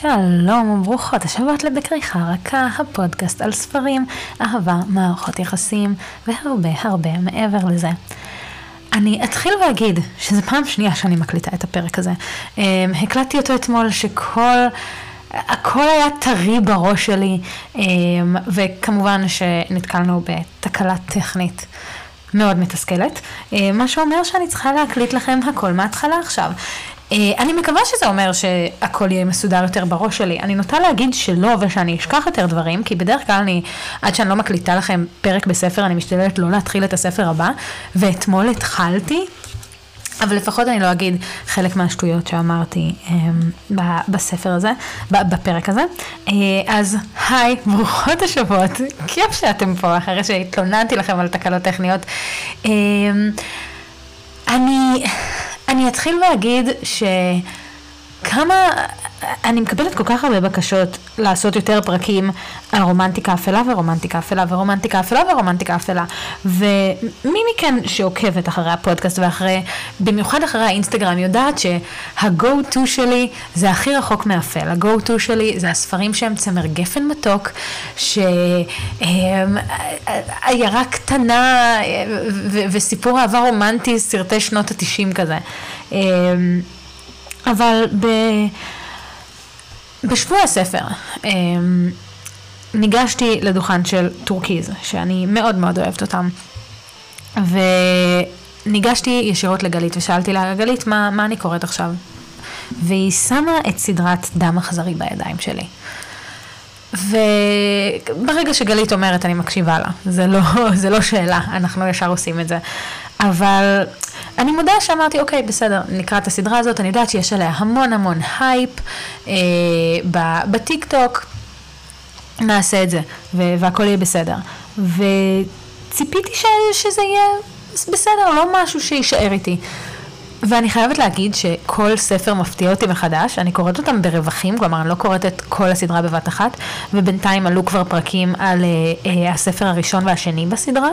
שלום וברוכות השבות לבקריחה רכה, הפודקאסט על ספרים, אהבה, מערכות יחסים והרבה הרבה מעבר לזה. אני אתחיל ואגיד שזו פעם שנייה שאני מקליטה את הפרק הזה. הקלטתי אותו אתמול הכל היה טרי בראש שלי, וכמובן שנתקלנו בתקלה טכנית מאוד מתסכלת, מה שאומר שאני צריכה להקליט לכם הכל מההתחלה עכשיו. אני מקווה שזה אומר שהכל יהיה מסודר יותר בראש שלי. אני נוטה להגיד שלא ושאני אשכח יותר דברים, כי בדרך כלל עד שאני לא מקליטה לכם פרק בספר, אני משתדלת לא להתחיל את הספר הבא, ואתמול התחלתי, אבל לפחות אני לא אגיד חלק מהשטויות שאמרתי בספר הזה, בפרק הזה. אז היי, ברוכות השבות, כיף שאתם פה, אחרי שהתלוננתי לכם על תקלות טכניות. אני אתחיל להגיד אני מקבלת כל כך הרבה בקשות לעשות יותר פרקים על רומנטיקה אפלה ורומנטיקה אפלה ורומנטיקה אפלה ורומנטיקה אפלה. ומי מכן שעוקבת אחרי הפודקאסט במיוחד אחרי האינסטגרם יודעת שה-go to שלי זה הכי רחוק מאפל. ה-go to שלי זה הספרים שהם צמר גפן מתוק, עיירה קטנה וסיפור אהבה רומנטי, סרטי שנות ה-90 כזה. אבל בשבוע הספר ניגשתי לדוכן של טורקיז, שאני מאוד מאוד אוהבת אותם, וניגשתי ישירות לגלית ושאלתי לה, גלית, מה אני קוראת עכשיו? והיא שמה את סדרת דם אכזרי בידיים שלי. וברגע שגלית אומרת אני מקשיבה לה, זה לא שאלה, אנחנו ישר עושים את זה. אבל אני מודה שאמרתי, אוקיי, בסדר, נקרא את הסדרה הזאת, אני יודעת שיש עליה המון הייפ בטיק טוק, נעשה את זה, והכל יהיה בסדר. וציפיתי שזה יהיה בסדר, לא משהו שישאר איתי. ואני חייבת להגיד שכל ספר מפתיע אותי מחדש, אני קוראת אותם ברווחים, כלומר אני לא קוראת את כל הסדרה בבת אחת, ובינתיים עלו כבר פרקים על הספר הראשון והשני בסדרה,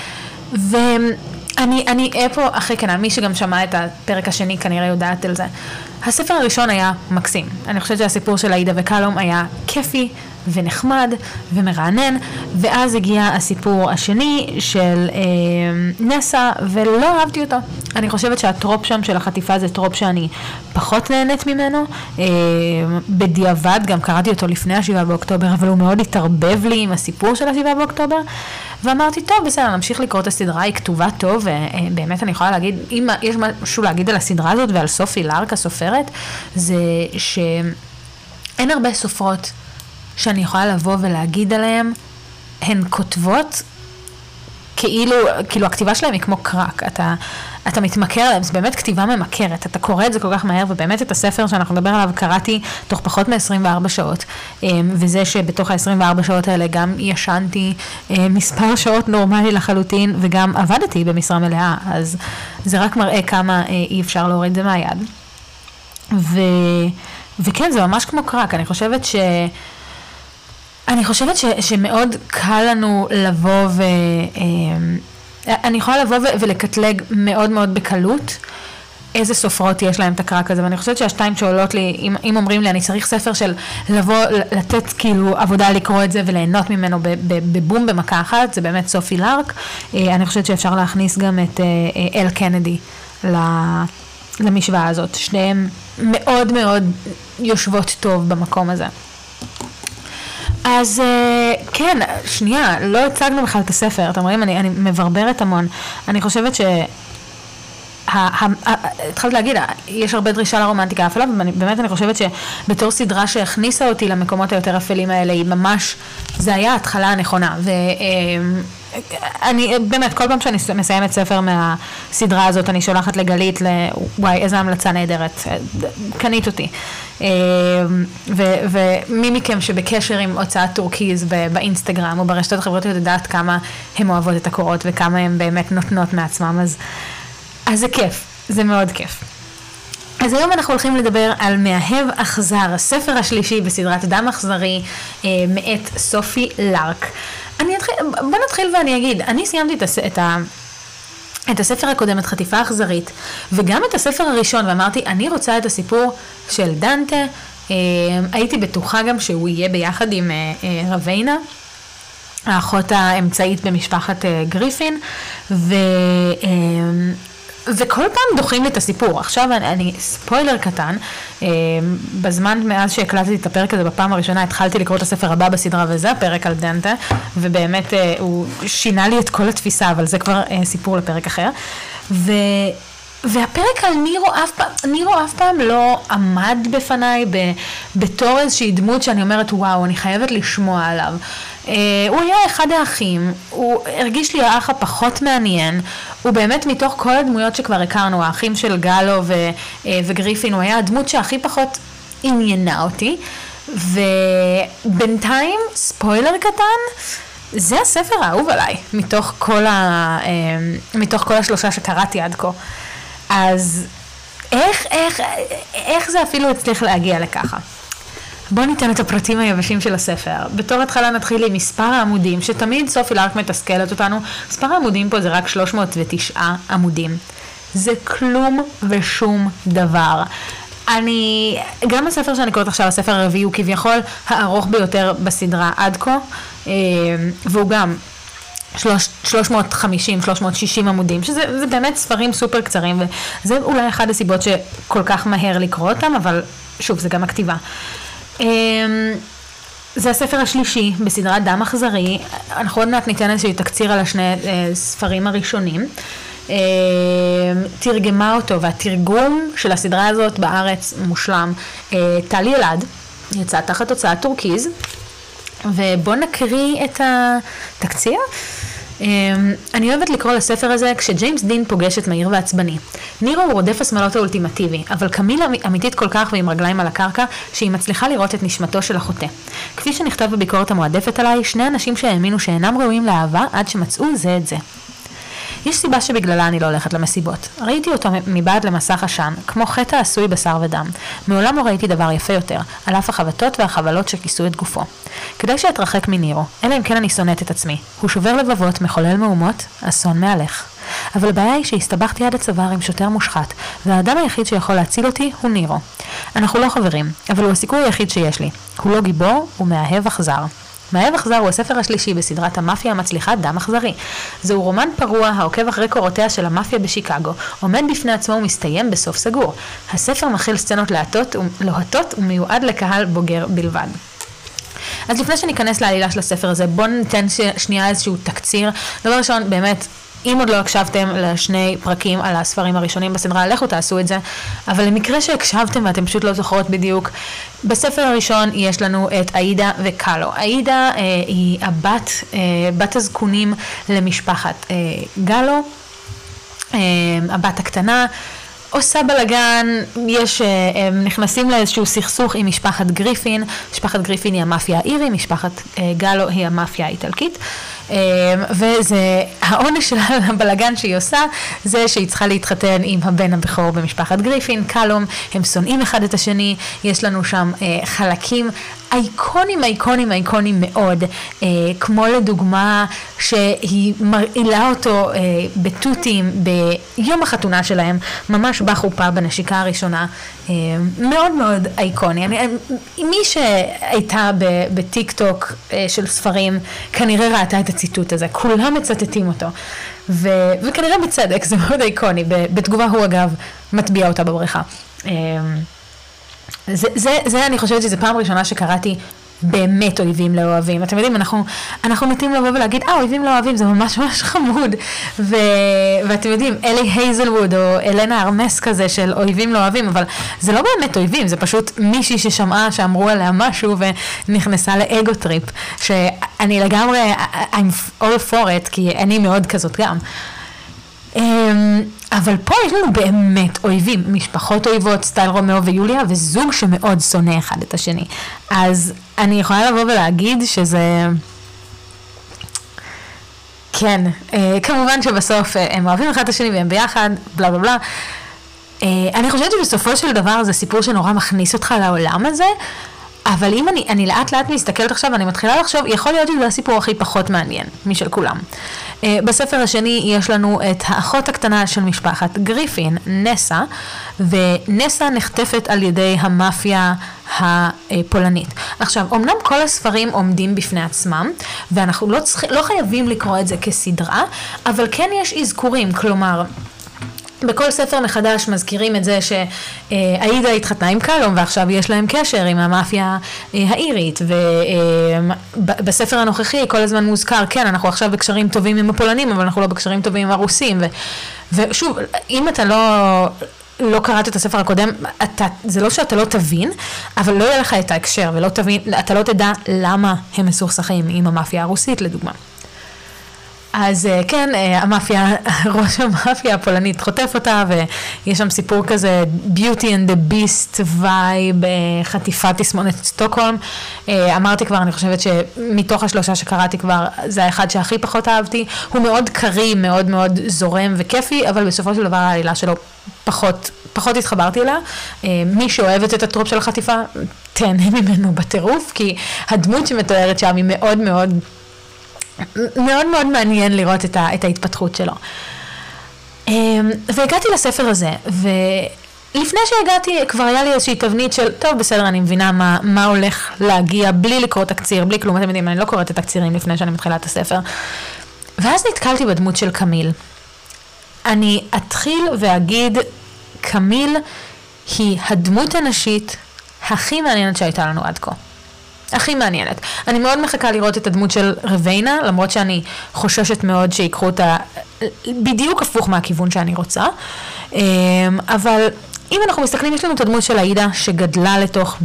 אני פה אחרי כנה, מי שגם שמע את הפרק השני כנראה יודעת על זה. הספר הראשון היה מקסים. אני חושבת שהסיפור של עאידה וקלום היה כיפי ונחמד ומרענן, ואז הגיע הסיפור השני של נסה, ולא אהבתי אותו. אני חושבת שהטרופ שם של החטיפה זה טרופ שאני פחות נהנית ממנו. בדיעבד, גם קראתי אותו לפני השבעה באוקטובר, אבל הוא מאוד התערבב לי עם הסיפור של השבעה באוקטובר, ואמרתי, טוב, בסדר, נמשיך לקרוא את הסדרה, היא כתובה טוב, ובאמת אני יכולה להגיד, אם יש משהו להגיד על הסדרה הזאת ועל סופי לארק הסופרת, זה שאין הרבה סופרות שאני יכולה לבוא ולהגיד עליהן, הן כותבות כאילו הכתיבה שלהם היא כמו קרק, אתה מתמכר עליהם, זה באמת כתיבה ממכרת, אתה קורא את זה כל כך מהר, ובאמת את הספר שאנחנו נדבר עליו קראתי תוך פחות מ-24 שעות, וזה שבתוך ה-24 שעות האלה גם ישנתי מספר שעות נורמלי לחלוטין, וגם עבדתי במשרה מלאה, אז זה רק מראה כמה אי אפשר להוריד זה מהיד. וכן, זה ממש כמו קרק, אני חושבת שמאוד קל לנו לבוא אני יכולה לבוא ולקטלג מאוד מאוד בקלות איזה סופרות יש להם את הקרק הזה, ואני חושבת שהשתיים שעולות לי, אם אומרים לי אני צריך ספר של לבוא, לתת כאילו עבודה לקרוא את זה וליהנות ממנו בבום במכה אחת, זה באמת סופי לארק. אני חושבת שאפשר להכניס גם את אל קנדי למשוואה הזאת, שניהם מאוד מאוד יושבות טוב במקום הזה. אז כן, שנייה, לא הצגנו בכלל את הספר, אתם רואים, אני מברברת המון. אני חושבת התחלת להגיד, יש הרבה דרישה לרומנטיקה אפלה, ובאמת אני חושבת שבתור סדרה שהכניסה אותי למקומות היותר אפלים האלה, היא ממש, זה היה ההתחלה הנכונה, אני באמת, כל פעם שאני מסיימת ספר מהסדרה הזאת, אני שולחת לגלית, וואי, איזו המלצה נהדרת, קנית אותי. ומי מכם שבקשר עם הוצאת טורקיז באינסטגרם או ברשתות החברתיות יודעת כמה הן אוהבות את הקורות וכמה הן באמת נותנות מעצמם, אז זה כיף, זה מאוד כיף. אז היום אנחנו הולכים לדבר על מאהב אכזר, הספר השלישי בסדרת דם אכזרי מאת סופי לארק. בוא נתחיל ואני אגיד, אני סיימתי את הספר הקודם, את חטיפה אכזרית, וגם את הספר הראשון, ואמרתי, אני רוצה את הסיפור של דנטה הייתי בטוחה גם שהוא יהיה ביחד עם רווינה, האחות האמצעית במשפחת גריפין, וכל פעם דוחים לי את הסיפור. עכשיו אני ספוילר קטן, בזמן מאז שהקלטתי את הפרק הזה בפעם הראשונה, התחלתי לקרוא את הספר הבא בסדרה, וזה הפרק על דנטה, ובאמת הוא שינה לי את כל התפיסה, אבל זה כבר סיפור לפרק אחר. והפרק על נירו אף פעם לא עמד בפניי בתור איזושהי דמות שאני אומרת, וואו, אני חייבת לשמוע עליו. הוא היה אחד האחים, הוא הרגיש לי האח הפחות מעניין, הוא באמת מתוך כל הדמויות שכבר הכרנו, האחים של גלו וגריפין, הוא היה הדמות שהכי פחות עניינה אותי, ובינתיים, ספוילר קטן, זה הספר האהוב עליי, מתוך כל השלושה שקראתי עד כה. אז איך זה אפילו הצליח להגיע לככה? בואו ניתן את הפרטים היבשים של הספר. בתור התחלה נתחיל עם מספר העמודים, שתמיד סופי לארק מתסכלת אותנו. מספר העמודים פה זה רק 309 עמודים. זה כלום ושום דבר. גם הספר שאני קוראת עכשיו, הספר הרביעי, הוא כביכול הארוך ביותר בסדרה עד כה, והוא גם 350, 360 עמודים, שזה באמת ספרים סופר קצרים, וזה אולי אחד הסיבות שכל כך מהר לקרוא אותם, אבל שוב, זה גם הכתיבה. זה הספר השלישי בסדרת דם אכזרי, אנחנו עוד מעט ניתן איזושהי תקציר על השני ספרים הראשונים. תרגמה אותו, והתרגום של הסדרה הזאת בארץ מושלם. טלי אלעד, יצא תחת הוצאת טורקיז, ובוא נקריא את התקציר. אני אוהבת לקרוא לספר הזה כשג'יימס דין פוגש את מהיר ועצבני. נירו הוא רודף השמאלות האולטימטיבי, אבל קמילה אמיתית כל כך ועם רגליים על הקרקע שהיא מצליחה לראות את נשמתו של החוטא. כפי שנכתב בביקורת המועדפת עליי, שני אנשים שהאמינו שאינם ראויים לאהבה עד שמצאו זה את זה. יש סיבה שבגללה אני לא הולכת למסיבות. ראיתי אותו מבעד למסך עשן, כמו חטא עשוי בשר ודם. מעולם לא ראיתי דבר יפה יותר, על אף החבטות והחבלות שכיסו את גופו. כדאי שאתרחק מנירו, אלא אם כן אני שונאת את עצמי. הוא שובר לבבות, מחולל מהומות, אסון מהלך. אבל הבעיה היא שהסתבכתי עד הצוואר עם שוטר מושחת, והאדם היחיד שיכול להציל אותי הוא נירו. אנחנו לא חברים, אבל הוא הסיכוי היחיד שיש לי. הוא לא גיבור, הוא מאהב אכזר. מאהב אכזר הוא הספר השלישי בסדרת המאפיה המצליחה דם אכזרי. זהו רומן פרוע העוקב אחרי קורותיה של המאפיה בשיקגו, עומד בפני עצמו ומסתיים בסוף סגור. הספר מכיל סצנות לוהטות ומיועד לקהל בוגר בלבד. אז לפני שניכנס לעלילה של הספר הזה, בואו ניתן שנייה איזשהו תקציר. דבר ראשון, באמת, אם עוד לא הקשבתם לשני פרקים על הספרים הראשונים בסדרה, לכו תעשו את זה, אבל למקרה שהקשבתם ואתם פשוט לא זוכרות בדיוק, בספר הראשון יש לנו את עאידה וקאלו. עאידה היא בת הזקונים למשפחת גלו, הבת הקטנה, עושה בלגן, הם נכנסים לאיזשהו סכסוך עם משפחת גריפין. משפחת גריפין היא המאפיה האירי, משפחת גלו היא המאפיה האיטלקית. וזה, העונש של הבלגן שהיא עושה, זה שהיא צריכה להתחתן עם הבן הבכור במשפחת גריפין, קלום. הם שונאים אחד את השני, יש לנו שם חלקים אייקונים מאוד, כמו לדוגמה שהיא מרעילה אותו בתותים ביום החתונה שלהם, ממש בחופה בנשיקה הראשונה, מאוד מאוד אייקוני. מי שהייתה בטיק טוק של ספרים כנראה ראתה את הציטוט הזה, כולם מצטטים אותו, וכנראה בצדק, זה מאוד אייקוני. בתגובה הוא אגב מטביע אותה בבריכה. זה אני חושבת שזה פעם ראשונה שקראתי באמת אויבים לאוהבים. אתם יודעים, אנחנו נוטים לבוא ולהגיד, אויבים לאוהבים, זה ממש ממש חמוד. ואתם יודעים, אלי הייזלווד או אלנה ארמס כזה של אויבים לאוהבים, אבל זה לא באמת אויבים, זה פשוט מישהי ששמעה שאמרו עליה משהו ונכנסה לאגו טריפ, שאני לגמרי, I'm all for it, כי אני מאוד כזאת גם. אבל פה יש לנו באמת אויבים, משפחות אויבות, סטייל רומאו ויוליה, וזוג שמאוד שונא אחד את השני. אז אני יכולה לבוא ולהגיד שזה, כן, כמובן שבסוף הם אוהבים אחד את השני והם ביחד, בלה בלה בלה. אני חושבת שבסופו של דבר זה סיפור שנורא מכניס אותך לעולם הזה, אבל אם אני לאט לאט מסתכלת עכשיו, אני מתחילה לחשוב, יכול להיות שזה הסיפור הכי פחות מעניין משל כולם. בספר השני יש לנו את האחות הקטנה של משפחת גריפין, נסה, ונסה נחטפת על ידי המאפיה הפולנית. עכשיו, אמנם כל הספרים עומדים בפני עצמם, ואנחנו לא חייבים לקרוא את זה כסדרה, אבל כן יש אזכורים, כלומר, בכל ספר מחדש מזכירים את זה שהאידה התחתנה עם קלום ועכשיו יש להם קשר עם המאפיה האירית, ובספר הנוכחי כל הזמן מוזכר, כן, אנחנו עכשיו בקשרים טובים עם הפולנים, אבל אנחנו לא בקשרים טובים עם הרוסים, ושוב, אם אתה לא קראת את הספר הקודם, זה לא שאתה לא תבין, אבל לא יהיה לך את ההקשר, אתה לא תדע למה הם מסוכסכים עם המאפיה הרוסית, לדוגמה. אז כן, ראש המאפיה הפולנית חוטף אותה, ויש שם סיפור כזה, Beauty and the Beast וייב, חטיפת תסמונת סטוקהולם. אמרתי כבר, אני חושבת שמתוך השלושה שקראתי כבר, זה האחד שהכי פחות אהבתי. הוא מאוד קרי, מאוד מאוד זורם וכיפי, אבל בסופו של דבר העלילה שלו פחות התחברתי אליה. מי שאוהבת את הטרופ של החטיפה, תהנה ממנו בטירוף, כי הדמות שמתוארת שם היא מאוד מאוד מאוד מאוד מעניין לראות את ההתפתחות שלו. והגעתי לספר הזה, ולפני שהגעתי כבר היה לי איזושהי תבנית של, טוב בסדר, אני מבינה מה הולך להגיע בלי לקרוא תקציר, בלי כלום, אתם יודעים, אני לא קוראת את התקצירים לפני שאני מתחילה את הספר. ואז נתקלתי בדמות של קמיל. אני אתחיל ואגיד, קמיל היא הדמות הנשית הכי מעניינת שהייתה לנו עד כה. הכי מעניינת. אני מאוד מחכה לראות את הדמות של רווינה, למרות שאני חוששת מאוד שיקחו אותה בדיוק הפוך מהכיוון שאני רוצה. אבל אם אנחנו מסתכלים, יש לנו את הדמות של האידה שגדלה לתוך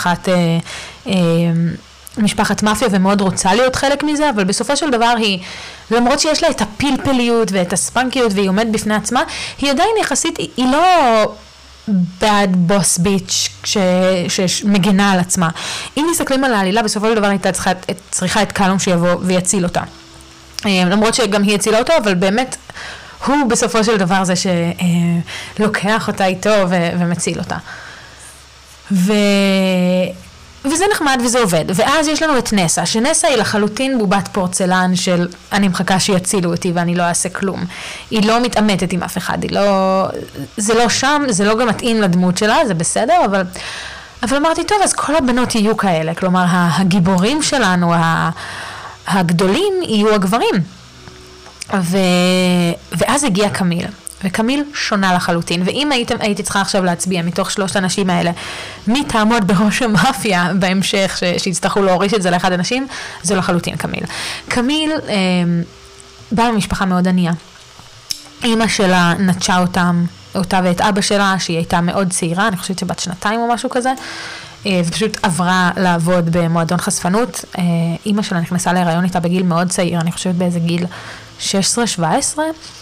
משפחת מאפיה ומאוד רוצה להיות חלק מזה, אבל בסופו של דבר היא, למרות שיש לה את הפלפליות ואת הספנקיות והיא עומדת בפני עצמה, היא עדיין יחסית, היא לא bad boss bitch שמגנה על עצמה. אם מסתכלים על העלילה, בסופו של דבר הייתה צריכה את קלום שיבוא ויציל אותה. למרות שגם היא הצילה אותו, אבל באמת הוא בסופו של דבר זה שלוקח אותה איתו ומציל אותה. וזה נחמד וזה עובד. ואז יש לנו את נסה, שנסה היא לחלוטין בובת פורצלן של אני מחכה שיצילו אותי ואני לא אעשה כלום. היא לא מתאמתת עם אף אחד, זה לא שם, זה לא גם מתאים לדמות שלה, זה בסדר, אבל אמרתי, טוב, אז כל הבנות יהיו כאלה, כלומר, הגיבורים שלנו, הגדולים, יהיו הגברים. ואז הגיע קמיל. וקמיל שונה לחלוטין, ואם הייתי צריכה עכשיו להצביע מתוך שלושת האנשים האלה, מי תעמוד בראש המאפיה בהמשך, שיצטרכו להוריש את זה לאחד אנשים, זה לחלוטין קמיל. קמיל באה ממשפחה מאוד ענייה. אמא שלה נטשה אותה ואת אבא שלה, שהיא הייתה מאוד צעירה, אני חושבת שבת 2 או משהו כזה, ופשוט עברה לעבוד במועדון חשפנות. אמא שלה נכנסה להיריון איתה בגיל מאוד צעיר, אני חושבת באיזה גיל 16-17,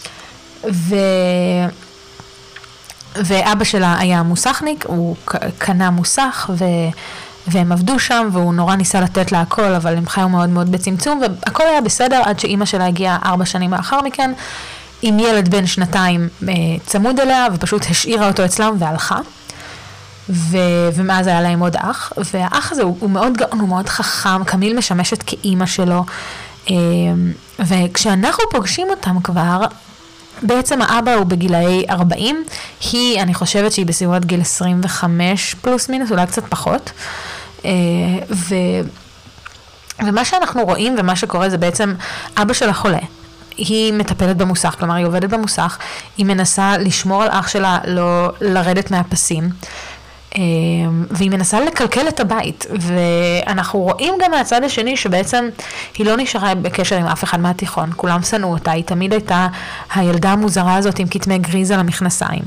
ואבא שלה היה מוסכניק, הוא קנה מוסך, והם עבדו שם, והוא נורא ניסה לתת לה הכל, אבל הם חיו מאוד מאוד בצמצום, והכל היה בסדר עד שאמא שלה הגיעה 4 שנים לאחר מכן, עם ילד בן 2 צמוד אליה, ופשוט השאירה אותו אצלם והלכה. ומאז היה להם עוד אח, והאח הזה הוא מאוד גאון, הוא מאוד חכם, קמיל משמשת כאימא שלו, וכשאנחנו פוגשים אותם כבר, בעצם האבא הוא בגילאי 40, אני חושבת שהיא בסביבות גיל 25 פלוס מינוס, אולי קצת פחות, ומה שאנחנו רואים ומה שקורה זה בעצם אבא שלה חולה, היא מטפלת במוסך, כלומר היא עובדת במוסך, היא מנסה לשמור על אח שלה לא לרדת מהפסים, והיא מנסה לקלקל את הבית, ואנחנו רואים גם מהצד השני שבעצם היא לא נשארה בקשר עם אף אחד מהתיכון, כולם שנאו אותה, היא תמיד הייתה הילדה המוזרה הזאת עם כתמי גריז על המכנסיים.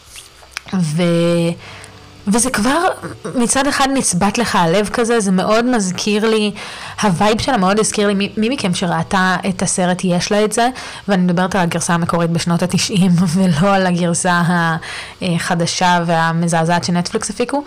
וזה כבר מצד אחד נצבט לך הלב כזה, זה מאוד מזכיר לי, הווייב שלה מאוד הזכיר לי, מי מכם שראתה את הסרט יש לה את זה, ואני מדברת על הגרסה המקורית בשנות ה-90, ולא על הגרסה החדשה והמזעזעת שנטפליקס הפיקו.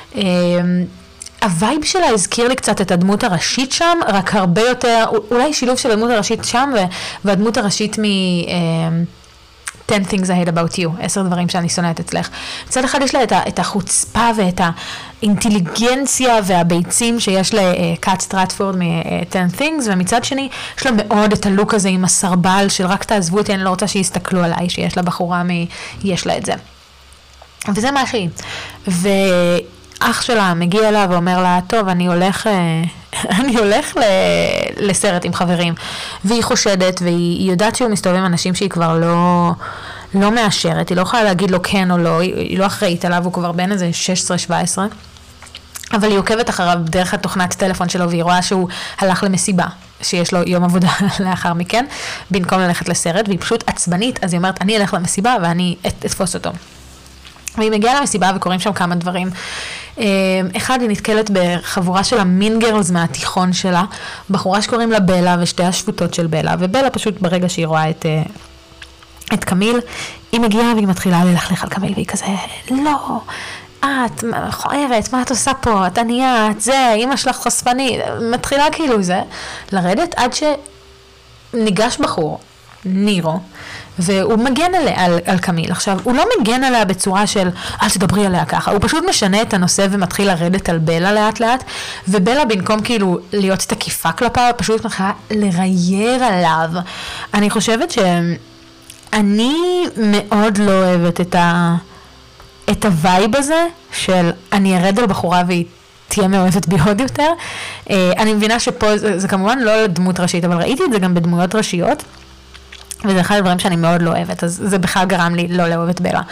הווייב שלה הזכיר לי קצת את הדמות הראשית שם, רק הרבה יותר, אולי שילוב של הדמות הראשית שם, והדמות הראשית things I hate about you, 10 דברים שאני שונאת אצלך. מצד אחד יש לה את החוצפה ואת האינטליגנציה והביצים שיש לקאט סטרטפורד מ-10 things, ומצד שני יש לה מאוד את הלוק הזה עם הסרבל של רק תעזבו אותי, אני לא רוצה שיסתכלו עליי, שיש לה בחורה יש לה את זה. וזה מה שהיא. ואח שלה מגיע אליה ואומר לה, טוב, אני הולך לסרט עם חברים. והיא חושדת, והיא יודעת שהוא מסתובב עם אנשים שהיא כבר לא מאשרת, היא לא יכולה להגיד לו כן או לא, היא לא אחראית עליו, הוא כבר בין איזה 16-17. אבל היא עוקבת אחריו דרך התוכנת טלפון שלו, והיא רואה שהוא הלך למסיבה, שיש לו יום עבודה לאחר מכן, במקום ללכת לסרט, והיא פשוט עצבנית, אז היא אומרת, אני אלך למסיבה ואני אתפוס אותו. והיא מגיעה למסיבה וקוראים שם כמה דברים. אחד, היא נתקלת בחבורה של המינגרלס מהתיכון שלה, בחורה שקוראים לה בלה ושתי השפוטות של בלה, ובלה פשוט ברגע שהיא רואה את קמיל, היא מגיעה והיא מתחילה ללכלך על קמיל, והיא כזה, לא, את מכוערת, מה את עושה פה, את ענייה, את זה, אמא שלך חשפנית, מתחילה כאילו זה, לרדת עד שניגש בחור, נירו, והוא מגן עליה, על קמיל. עכשיו, הוא לא מגן עליה בצורה של, אל תדברי עליה ככה, הוא פשוט משנה את הנושא ומתחיל לרדת על בלה לאט לאט, ובלה במקום כאילו להיות תקיפה כלפיו, פשוט מתחילה לרייר עליו. אני חושבת שאני מאוד לא אוהבת את הווייב הזה, של אני ארד על בחורה והיא תהיה מאוהבת בי עוד יותר. אני מבינה שפה זה כמובן לא דמות ראשית, אבל ראיתי את זה גם בדמויות ראשיות, וזה אחד הדברים שאני מאוד לא אוהבת, אז זה בכלל גרם לי לא לאהוב את בלה.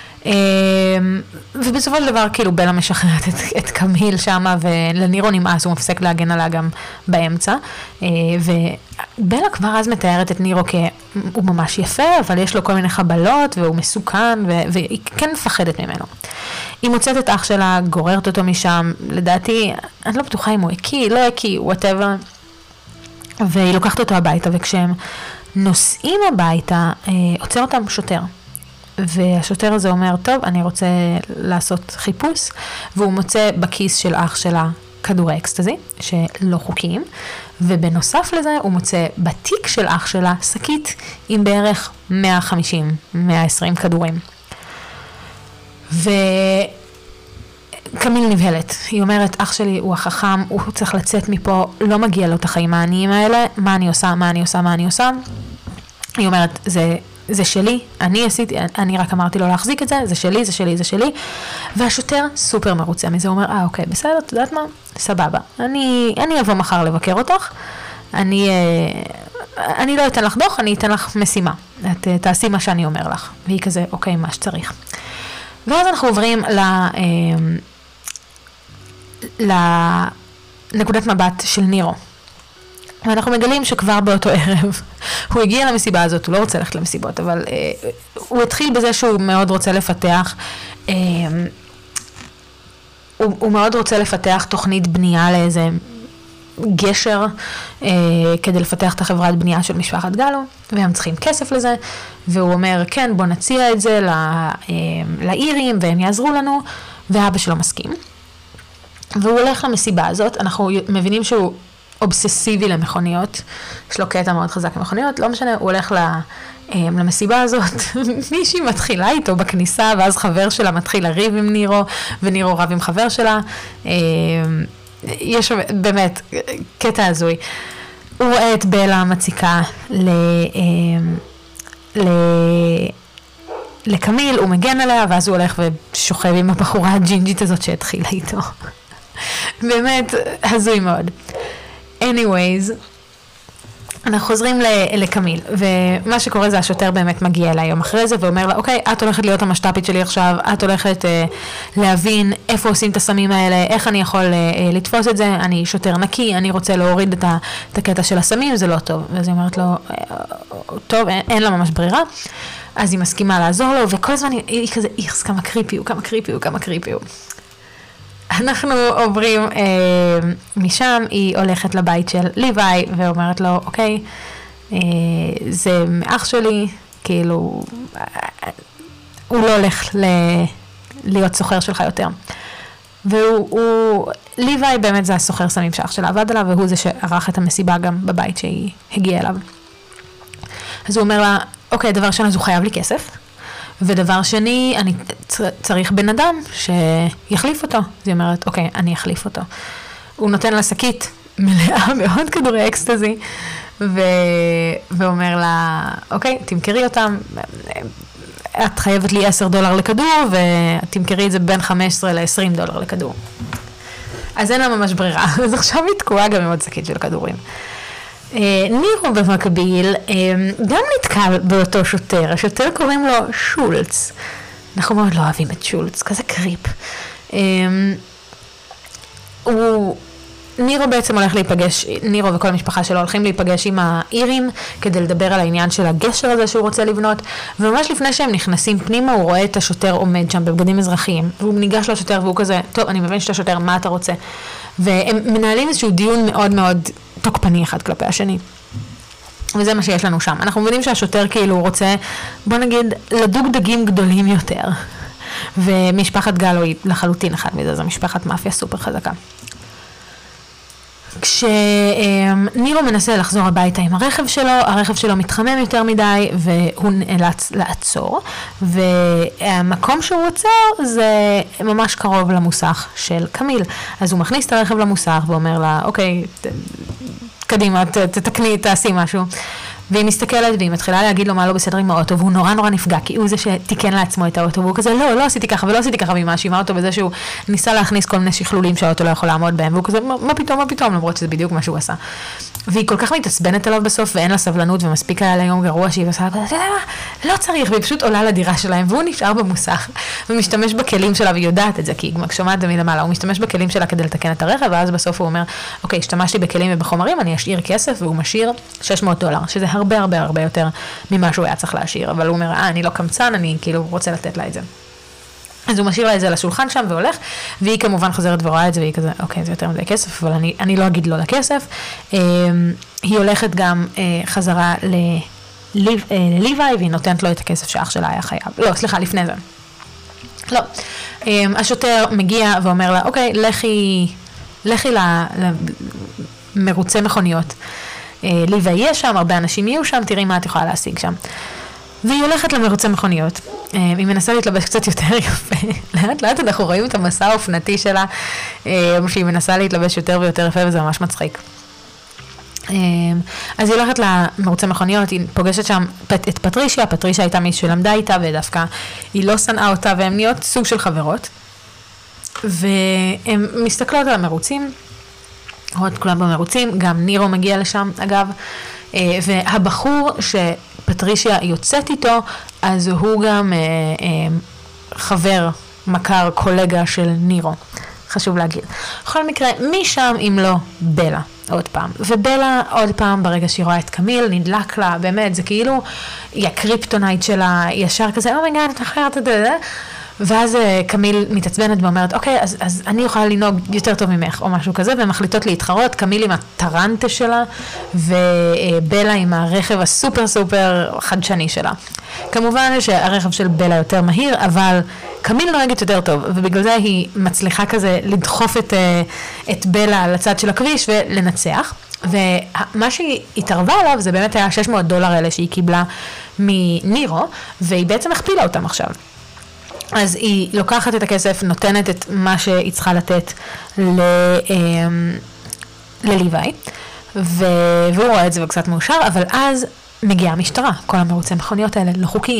ובסופו של דבר, כאילו, בלה משחררת את קמיל שמה, ולנירו נמאס, הוא מפסק להגן עליה גם באמצע, ובלה כבר אז מתארת את נירו הוא ממש יפה, אבל יש לו כל מיני חבלות, והוא מסוכן, והיא כן מפחדת ממנו. היא מוצאת את אח שלה, גוררת אותו משם, לדעתי, אני לא בטוחה אם הוא הקיא, לא הקיא, whatever, והיא לוקחת אותו הביתה, וכשהם נוסעים הביתה, עוצר אותם שוטר. והשוטר הזה אומר, טוב, אני רוצה לעשות חיפוש, והוא מוצא בכיס של אח שלה כדורי אקסטזי, שלא חוקיים, ובנוסף לזה הוא מוצא בתיק של אח שלה שקית עם בערך 150-120 כדורים. קמיל נבהלת, היא אומרת, אח שלי הוא החכם, הוא צריך לצאת מפה, לא מגיע לו את החיים העניים האלה, מה אני עושה? היא אומרת, זה שלי, אני רק אמרתי לו להחזיק את זה, זה שלי, והשוטר סופר מרוצה מזה, הוא אומר, אוקיי, בסדר, את יודעת מה? סבבה, אני אבוא מחר לבקר אותך, אני לא אתן לך דוח, אני אתן לך משימה, את תעשי מה שאני אומר לך, והיא כזה, אוקיי, מה שצריך. ואז אנחנו עוברים לנקודת מבט של נירו. ואנחנו מגלים שכבר באותו ערב, הוא הגיע למסיבה הזאת, הוא לא רוצה ללכת למסיבות, אבל הוא התחיל בזה שהוא מאוד רוצה לפתח, הוא מאוד רוצה לפתח תוכנית בנייה לאיזה גשר, כדי לפתח את החברת בנייה של משפחת גלו, והם צריכים כסף לזה, והוא אומר, כן, בוא נציע את זה לאירים, והם יעזרו לנו, ואבא שלו מסכים. והוא הולך למסיבה הזאת, אנחנו מבינים שהוא אובססיבי למכוניות, יש לו קטע מאוד חזק למכוניות, לא משנה, הוא הולך למסיבה הזאת, מישהי מתחילה איתו בכניסה, ואז חבר שלה מתחיל לריב עם נירו, ונירו רב עם חבר שלה, יש באמת קטע הזוי. הוא רואה את בלה מציקה לקמיל, הוא מגן עליה, ואז הוא הולך ושוכב עם הבחורה הג'ינג'ית הזאת שהתחילה איתו. באמת הזוי מאוד. anyways, אנחנו חוזרים לקמיל, ומה שקורה זה השוטר באמת מגיע אליי יום אחרי זה, ואומר לה, אוקיי, את הולכת להיות המשת"פית שלי עכשיו, את הולכת להבין איפה עושים את הסמים האלה, איך אני יכול לתפוס את זה, אני שוטר נקי, אני רוצה להוריד את הקטע של הסמים, זה לא טוב. ואז היא אומרת לו, טוב, אין לה ממש ברירה, אז היא מסכימה לעזור לו, וכל הזמן היא כזה, איכס, כמה קריפי הוא. אנחנו עוברים משם, היא הולכת לבית של ליוואי, ואומרת לו, אוקיי, זה מאח שלי, כאילו, הוא לא הולך להיות סוחר שלך יותר. ליוואי באמת זה הסוחר סמים שאח שלה עבד עליו, והוא זה שערך את המסיבה גם בבית שהיא הגיעה אליו. אז הוא אומר לה, אוקיי, דבר ראשון, אז הוא חייב לי כסף, ודבר שני, אני צריך בן אדם שיחליף אותו. אז היא אומרת, אוקיי, אני אחליף אותו. הוא נותן לה שקית מלאה מאוד כדורי אקסטזי, ואומר לה, אוקיי, תמכרי אותם, את חייבת לי $10 לכדור, ותמכרי את זה בין $15 ל-$20 לכדור. אז אין לה ממש ברירה, אז עכשיו היא תקועה גם עם עוד שקית של כדורים. נירו במקביל גם נתקל באותו שוטר, השוטר קוראים לו שולץ. אנחנו מאוד לא אוהבים את שולץ, כזה קריפ. נירו בעצם הולך להיפגש, נירו וכל המשפחה שלו הולכים להיפגש עם האירים כדי לדבר על העניין של הגשר הזה שהוא רוצה לבנות, וממש לפני שהם נכנסים פנימה הוא רואה את השוטר עומד שם בבגדים אזרחיים, והוא ניגש לשוטר והוא כזה, טוב, אני מבין שאתה שוטר, מה אתה רוצה? והם מנהלים איזשהו דיון מאוד מאוד תוקפני אחד כלפי השני. וזה מה שיש לנו שם. אנחנו מבינים שהשוטר כאילו רוצה, בוא נגיד, לדוג דגים גדולים יותר. ומשפחת גלו היא לחלוטין אחד מזה, זו משפחת מאפיה סופר חזקה. כשנירו מנסה לחזור הביתה עם הרכב שלו מתחמם יותר מדי, והוא נאלץ לעצור, והמקום שהוא עוצר זה ממש קרוב למוסך של קמיל. אז הוא מכניס את הרכב למוסך ואומר לה, אוקיי, קדימה, תתקני, תעשי משהו. והיא מסתכלת והיא מתחילה להגיד לו מה לא בסדר עם האוטו, והוא נורא נורא נפגע, כי הוא זה שתיקן לעצמו את האוטו, והוא כזה, לא עשיתי ככה ולא עשיתי ככה, והיא מאשימה אותו בזה שהוא ניסה להכניס כל מיני שכלולים שהאוטו לא יכול לעמוד בהם, והוא כזה, מה פתאום, למרות שזה בדיוק מה שהוא עשה. והיא כל כך מתעצבנת עליו בסוף, ואין לה סבלנות, ומספיק היה לה יום גרוע שהיא עושה, לא צריך, והיא פשוט עולה לדירה שלהם, והוא נשאר במוסך, ומשתמש בכלים שלה, והיא יודעת את זה, כי היא שומעת זה מלמעלה, הוא משתמש בכלים שלה כדי לתקן את הרכב, ואז בסוף הוא אומר, אוקיי, השתמשתי בכלים ובחומרים, אני אשאיר כסף, והוא משאיר $600, שזה הרבה יותר ממה שהוא היה צריך להשאיר, אבל הוא אומר, אני לא קמצן, אני כאילו רוצה לתת לה את זה. אז הוא משאיר לה את זה לשולחן שם והולך, והיא כמובן חוזרת ורואה את זה, והיא כזה, אוקיי, זה יותר מדי כסף, אבל אני לא אגיד לא לכסף. היא הולכת גם חזרה לליוואי, והיא נותנת לו את הכסף שאח שלה היה חייב. לא, סליחה, לפני זה. לא. השוטר מגיע ואומר לה, אוקיי, לכי למרוצי מכוניות. ליוואי יהיה שם, הרבה אנשים יהיו שם, תראי מה את יכולה להשיג שם. והיא הולכת למרוצי מכוניות, היא מנסה להתלבש קצת יותר יפה, לאט אנחנו רואים את המסע האופנתי שלה, שהיא מנסה להתלבש יותר ויותר יפה, וזה ממש מצחיק. אז היא הולכת למרוצי מכוניות, היא פוגשת שם את פטרישיה הייתה מישהו שלמדה איתה, ודווקא היא לא שנאה אותה, והן נהיות סוג של חברות, והן מסתכלות על המרוצים, רואות כולם במרוצים, גם נירו מגיע לשם אגב, והבחור שפטרישיה יוצאת איתו, אז הוא גם חבר, מכר, קולגה של נירו, חשוב להגיד. בכל מקרה, מי שם אם לא בלה, עוד פעם. ובלה עוד פעם ברגע שהיא רואה את קמיל, נדלק לה, באמת, זה כאילו, היא הקריפטונייט שלה, ישר כזה, אומייגאד, אתה אחרת, ואז קמיל מתעצבנת ואומרת, אוקיי, אז אני יכולה לנהוג יותר טוב ממך, או משהו כזה, והן מחליטות להתחרות, קמיל עם הטרנטה שלה, ובלה עם הרכב הסופר סופר חדשני שלה. כמובן שהרכב של בלה יותר מהיר, אבל קמיל נוהגת יותר טוב, ובגלל זה היא מצליחה כזה לדחוף את בלה לצד של הכביש ולנצח. ומה שהיא התערבה עליו זה באמת היה $600 האלה שהיא קיבלה מנירו, והיא בעצם הכפילה אותם עכשיו. אז היא לוקחת את הכסף, נותנת את מה שהיא צריכה לתת לליוואי, והוא רואה את זה וקצת מאושר, אבל אז מגיעה המשטרה, כל המרוצי מכוניות האלה לא חוקיים,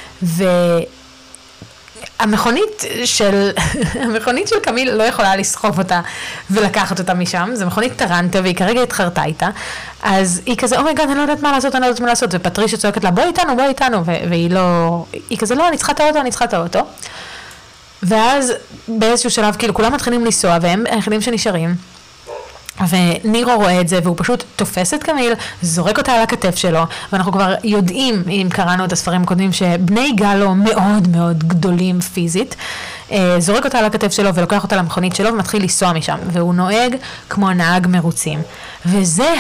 המכונית של קמיל לא יכולה לסחוב אותה ולקחת אותה משם, זה מכונית טרנטה והיא כרגע התחרתה איתה, אז היא כזה, אומייגאד, אני לא יודעת מה לעשות, ופטרישיה צועקת לה, בואי איתנו, והיא לא, היא כזה, לא, אני צריכה את האוטו, ואז באיזשהו שלב, כאילו, כולם מתחילים לנסוע, והם היחידים שנשארים, ונירו רואה את זה, והוא פשוט תופס את קמיל, זורק אותה על הכתף שלו, ואנחנו כבר יודעים, אם קראנו את הספרים הקודמים, שבני גלו מאוד מאוד גדולים פיזית, זורק אותה על הכתף שלו, ולוקח אותה למכונית שלו, ומתחיל לנסוע משם, והוא נוהג כמו נהג מרוצים. וזה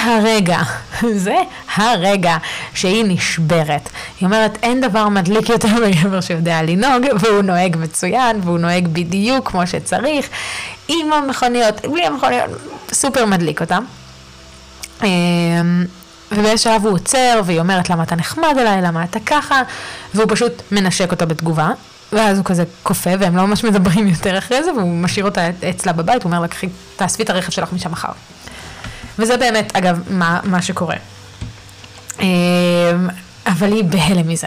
הרגע שהיא נשברת. היא אומרת, אין דבר מדליק יותר מגבר שיודע לנהוג, והוא נוהג מצוין, והוא נוהג בדיוק כמו שצריך, עם המכוניות, בלי המכוניות, סופר מדליק אותה. ובאיזשהו שלב הוא עוצר, והיא אומרת למה אתה נחמד אליי, למה אתה ככה, והוא פשוט מנשק אותה בתגובה, ואז הוא כזה קופה, והם לא ממש מדברים יותר אחרי זה, והוא משאיר אותה אצלה בבית, הוא אומר לה, קחי, תאספי את הרכב שלך משם מחר. וזה באמת, אגב, מה שקורה. אבל היא בהלם מזה.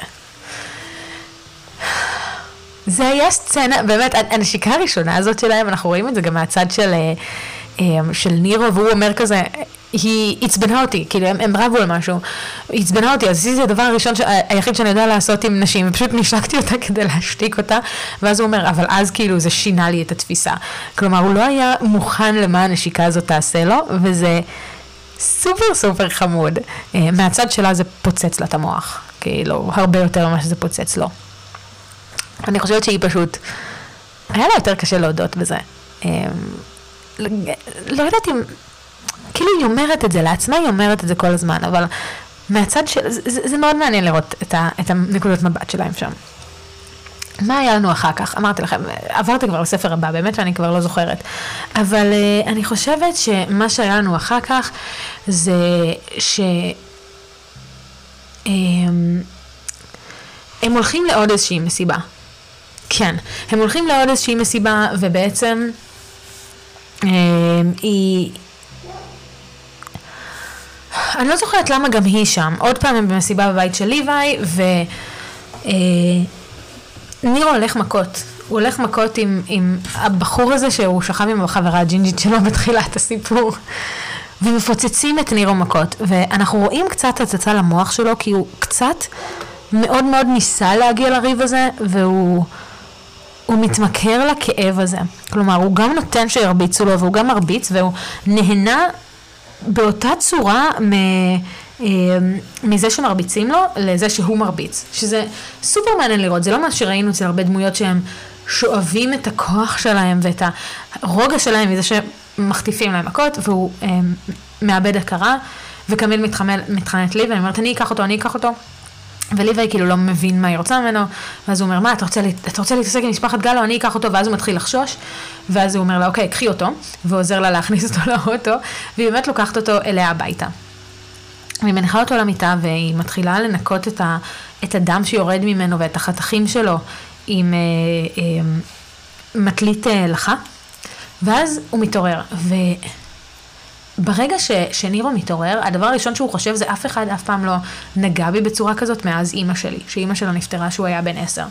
זה היה סצנה, באמת, הנשיקה הראשונה הזאת שלהם, אנחנו רואים את זה גם מהצד של נירו, והוא אומר כזה, היא עצבנה אותי, כאילו הם רבו על משהו, היא עצבנה אותי, אז זה הדבר הראשון היחיד שאני יודע לעשות עם נשים, ופשוט נשקתי אותה כדי להשתיק אותה, ואז הוא אומר, אבל אז כאילו זה שינה לי את התפיסה. כלומר, הוא לא היה מוכן למה הנשיקה הזאת תעשה לו, וזה סופר סופר חמוד. מהצד שלה זה פוצץ לה את המוח, כאילו, הרבה יותר ממה שזה פוצץ לו. אני חושבת שהיא פשוט, היה לה יותר קשה להודות בזה. לא יודעת אם, כאילו היא אומרת את זה לעצמה, היא אומרת את זה כל הזמן, אבל מהצד של, זה מאוד מעניין לראות את הנקודות מבט שלהם שם. מה היה לנו אחר כך? אמרתי לכם, עברתי כבר לספר הבא, באמת שאני כבר לא זוכרת. אבל אני חושבת שמה שהיה לנו אחר כך, זה הם הולכים לעוד איזושהי מסיבה. כן, הם הולכים לעוד איזושהי מסיבה, ובעצם אני לא זוכרת למה גם היא שם. עוד פעם הם במסיבה בבית של ליוואי, נירו הולך מכות. הוא הולך מכות עם הבחור הזה שהוא שכב עם החברה הג'ינג'ית שלו בתחילת הסיפור. ומפוצצים את נירו מכות. ואנחנו רואים קצת הצצה למוח שלו, כי הוא קצת מאוד מאוד ניסה להגיע לריב הזה, והוא מתמכר לכאב הזה. כלומר, הוא גם נותן שירביצו לו, והוא גם מרביץ, והוא נהנה באותה צורה מזה שמרביצים לו, לזה שהוא מרביץ. שזה סופר מעניין לראות. זה לא מה שראינו אצל הרבה דמויות שהם שואבים את הכוח שלהם, ואת הרוגע שלהם, מזה שמחטיפים להם מכות, והוא מאבד הכרה, וכמיל מתחננת לי, ואני אומרת, אני אקח אותו, וליוואי כאילו לא מבין מה היא רוצה ממנו, ואז הוא אומר, מה, אתה רוצה להתעסק עם משפחת גלו, אני אקח אותו, ואז הוא מתחיל לחשוש, ואז הוא אומר לה, אוקיי, קחי אותו, ועוזר לה להכניס אותו לאוטו, והיא באמת לוקחת אותו אליה הביתה. והיא מניחה אותו למיטה, והיא מתחילה לנקות את הדם שיורד ממנו, ואת החתכים שלו, עם מטלית לחה, ואז הוא מתעורר, ברגע שנירו מתעורר, הדבר הראשון שהוא חושב זה אף אחד אף פעם לא נגע בי בצורה כזאת מאז אימא שלי, שאימא שלו נפטרה שהוא היה בן 10.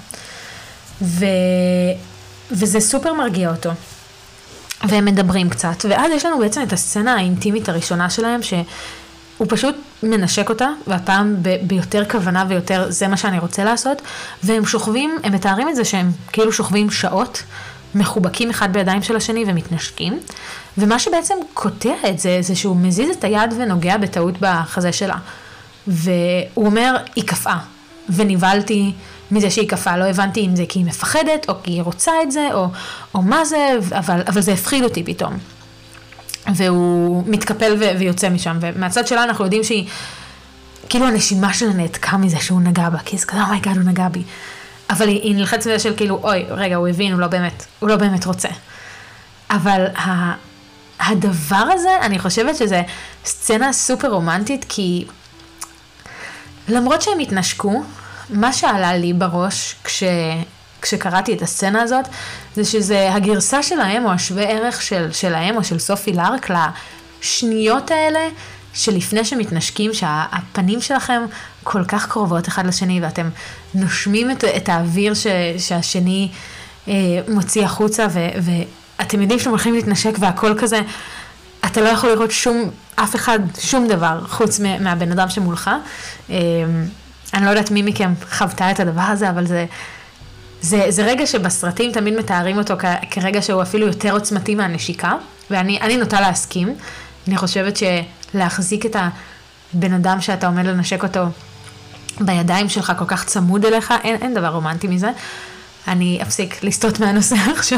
וזה סופר מרגיע אותו. והם מדברים קצת, ואז יש לנו בעצם את הסצנה האינטימית הראשונה שלהם, שהוא פשוט מנשק אותה, והפעם ביותר כוונה ויותר זה מה שאני רוצה לעשות, והם שוכבים, הם מתארים את זה שהם כאילו שוכבים שעות, מחובקים אחד בידיים של השני ומתנשקים, ומה שבעצם קוטע את זה, זה שהוא מזיז את היד ונוגע בטעות בחזה שלה. והוא אומר, היא קפאה, ונבלתי מזה שהיא קפאה, לא הבנתי אם זה כי היא מפחדת, או כי היא רוצה את זה, או מה זה, אבל זה הפחיד אותי פתאום. והוא מתקפל ויוצא משם, ומהצד שלה אנחנו יודעים שהיא, כאילו הנשימה שלה נעתקה מזה שהוא נגע בה, כי זה כזה, אומייגאד, הוא נגע בי. אבל היא נלחצת בזה של כאילו, אוי, רגע, הוא הבין, הוא לא באמת רוצה. אבל הדבר הזה, אני חושבת שזה סצנה סופר רומנטית, כי למרות שהם התנשקו, מה שעלה לי בראש כשקראתי את הסצנה הזאת, זה שזה הגרסה שלהם, או השווה ערך שלהם, או של סופי לארק, לשניות האלה, שלפני שמתנשקים, שהפנים שלכם כל כך קרובות אחד לשני, ואתם נושמים את האוויר שהשני מוציא החוצה, ואתם יודעים שאתם הולכים להתנשק, והכל כזה, אתה לא יכול לראות אף אחד, שום דבר, חוץ מהבן אדם שמולך. אני לא יודעת מי מכם חוותה את הדבר הזה, אבל זה רגע שבסרטים תמיד מתארים אותו כרגע שהוא אפילו יותר עוצמתי מהנשיקה, ואני נוטה להסכים. אני חושבת להחזיק את הבן אדם שאתה עומד לנשק אותו בידיים שלך כל כך צמוד אליך, אין דבר רומנטי מזה. אני אפסיק לסטות מהנושא עכשיו.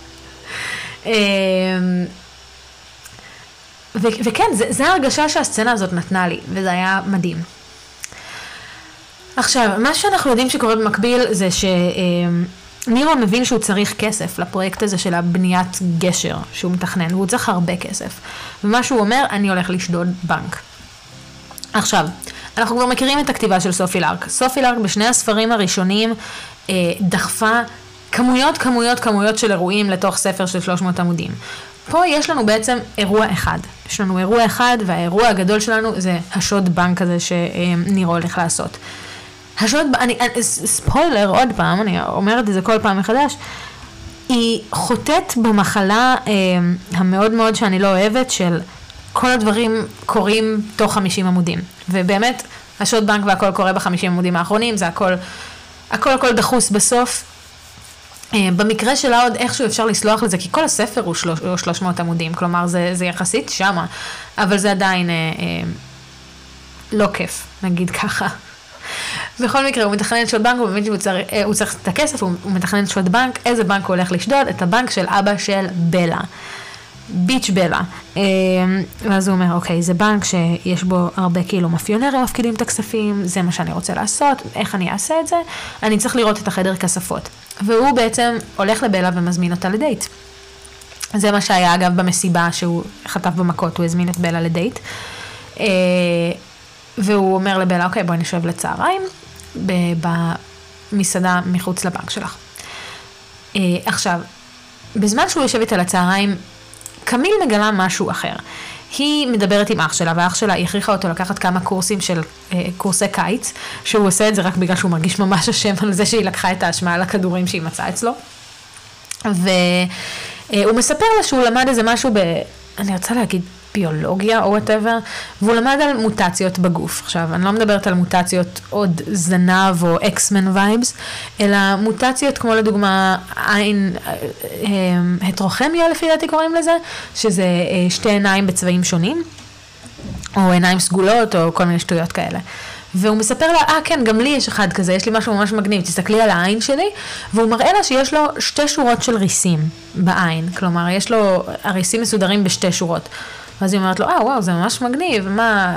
וכן, זה ההרגשה שהסצנה הזאת נתנה לי, וזה היה מדהים. עכשיו, מה שאנחנו יודעים שקורה במקביל זה נירו מבין שהוא צריך כסף לפרויקט הזה של הבניית גשר שהוא מתכנן, והוא צריך הרבה כסף. ומה שהוא אומר, אני הולך לשדוד בנק. עכשיו, אנחנו כבר מכירים את הכתיבה של סופי לארק. סופי לארק בשני הספרים הראשונים דחפה כמויות של אירועים לתוך ספר של 300 עמודים. פה יש לנו בעצם אירוע אחד. יש לנו אירוע אחד, והאירוע הגדול שלנו זה השוד בנק הזה שנירו הולך לעשות. ספוילר, עוד פעם, אני אומרת את זה כל פעם מחדש, היא חוטאת במחלה המאוד מאוד שאני לא אוהבת, של כל הדברים קורים תוך 50 עמודים. ובאמת, השוד בנק והכל קורה ב50 עמודים האחרונים, זה הכל דחוס בסוף. במקרה שלה עוד איכשהו אפשר לסלוח לזה, כי כל הספר הוא 300 עמודים, כלומר זה יחסית שמה, אבל זה עדיין לא כיף, נגיד ככה. בכל מקרה, הוא מתכנן שוד בנק, הוא מבין שהוא צריך את הכסף, הוא מתכנן שוד בנק, איזה בנק הוא הולך לשדוד? את הבנק של אבא של בלה, ביץ' בלה. ואז הוא אומר, אוקיי, זה בנק שיש בו הרבה כאילו מאפיונרים מפקידים את הכספים, זה מה שאני רוצה לעשות, איך אני אעשה את זה? אני צריך לראות את החדר כספות. והוא בעצם הולך לבלה ומזמין אותה לדייט. זה מה שהיה אגב במסיבה שהוא חטף במכות, הוא הזמין את בלה לדייט. והוא אומר לבלה, אוקיי, בואי נשב לצהריים במסעדה מחוץ לבנק שלך. עכשיו, בזמן שהוא יושב איתה לצהריים, קמיל מגלה משהו אחר. היא מדברת עם אח שלה, ואח שלה הכריחה אותו לקחת כמה קורסים של קורסי קיץ, שהוא עושה את זה רק בגלל שהוא מרגיש ממש אשם על זה שהיא לקחה את האשמה על הכדורים שהיא מצאה אצלו. והוא מספר לה שהוא למד איזה משהו אני רוצה להגיד ביולוגיה או whatever, והוא למד על מוטציות בגוף. עכשיו, אני לא מדברת על מוטציות עוד זנב או אקסמן וייבס, אלא מוטציות כמו לדוגמה הטרוכמיה לפי דעתי קוראים לזה, שזה שתי עיניים בצבעים שונים, או עיניים סגולות או כל מיני שטויות כאלה. והוא מספר לה, כן, גם לי יש אחד כזה, יש לי משהו ממש מגניב, תסתכלי על העין שלי, והוא מראה לה שיש לו 2 שורות של ריסים בעין, כלומר, יש לו הריסים מסודרים ב2 שורות. ואז היא אומרת לו, וואו, זה ממש מגניב,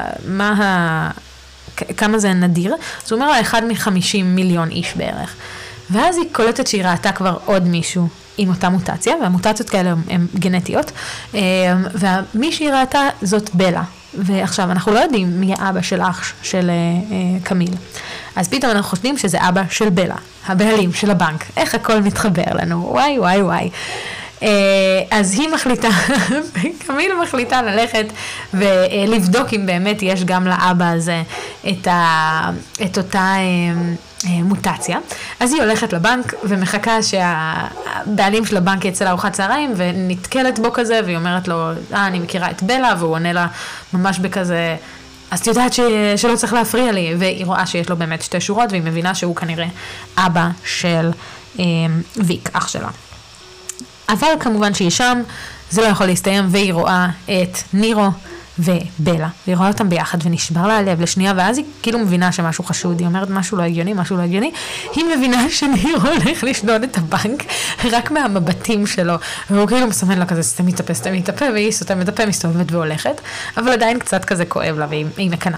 כמה זה נדיר? אז הוא אומר לה, 1 מ-50 מיליון איש בערך. ואז היא קולטת שהיא ראתה כבר עוד מישהו עם אותה מוטציה, והמוטציות כאלה הן גנטיות, ומי שהיא ראתה זאת בלה. ועכשיו, אנחנו לא יודעים מי האבא של אח של קמיל. אז פתאום אנחנו חושבים שזה אבא של בלה, הבעלים של הבנק. איך הכל מתחבר לנו? וואי. אז היא מחליטה, קמיל מחליטה ללכת ולבדוק אם באמת יש גם לאבא הזה את אותה מוטציה. אז היא הולכת לבנק ומחכה שהבעלים של הבנק יצא לארוחת צהריים ונתקלת בו כזה, והיא אומרת לו, אני מכירה את בלה, והוא עונה לה ממש בכזה, אז את יודעת שלא צריך להפריע לי, והיא רואה שיש לו באמת 2 שורות, והיא מבינה שהוא כנראה אבא של ויק, אח שלה. אבל כמובן שהיא שם, זה לא יכול להסתיים, והיא רואה את נירו ובלה, והיא רואה אותם ביחד, ונשבר לה הלב לשנייה, ואז היא כאילו מבינה שמשהו חשוד, היא אומרת משהו לא הגיוני, היא מבינה שנירו הולך לשדוד את הבנק, רק מהמבטים שלו, והוא כאילו מסמן לה כזה, סתמי את הפה, והיא סותמת את הפה, מסתובבת והולכת, אבל עדיין קצת כזה כואב לה, והיא מקנה.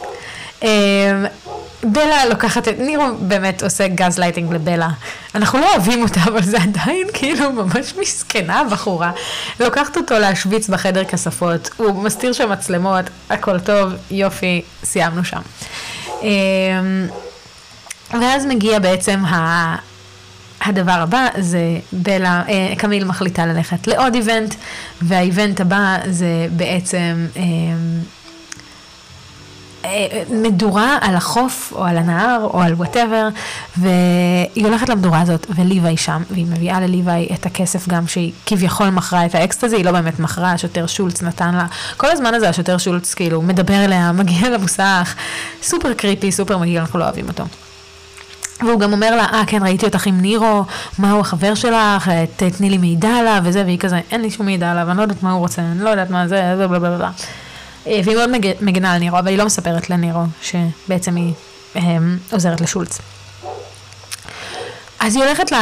בלה לוקחת את, נירו באמת עושה גז לייטינג לבלה, אנחנו לא אוהבים אותה, אבל זה עדיין כאילו ממש מסכנה בחורה, לוקחת אותו להשוויץ בחדר כספות, הוא מסתיר שם מצלמות, הכל טוב, יופי, סיימנו שם. ואז מגיע בעצם הדבר הבא, זה בלה, קמיל מחליטה ללכת לעוד איבנט, והאיבנט הבא זה בעצם מדורה על החוף או על הנהר או על whatever, והיא הולכת למדורה הזאת וליווי שם, והיא מביאה לליווי את הכסף גם שהיא כביכול מכרה את האקסטזי, היא לא באמת מכרה, השוטר שולץ נתן לה, כל הזמן הזה השוטר שולץ כאילו מדבר אליה, מגיע למוסך, סופר קריפי, סופר מגיע, אנחנו לא אוהבים אותו. והוא גם אומר לה, כן, ראיתי אותך עם נירו, מהו החבר שלך, תתני לי מידע עליו וזה, והיא כזה, אין לי שום מידע עליו, אני לא יודעת מה הוא רוצה, אני לא יודעת מה זה, בלה. והיא מאוד מגנה על נירו, אבל היא לא מספרת לנירו, שבעצם היא עוזרת לשולץ. אז היא הולכת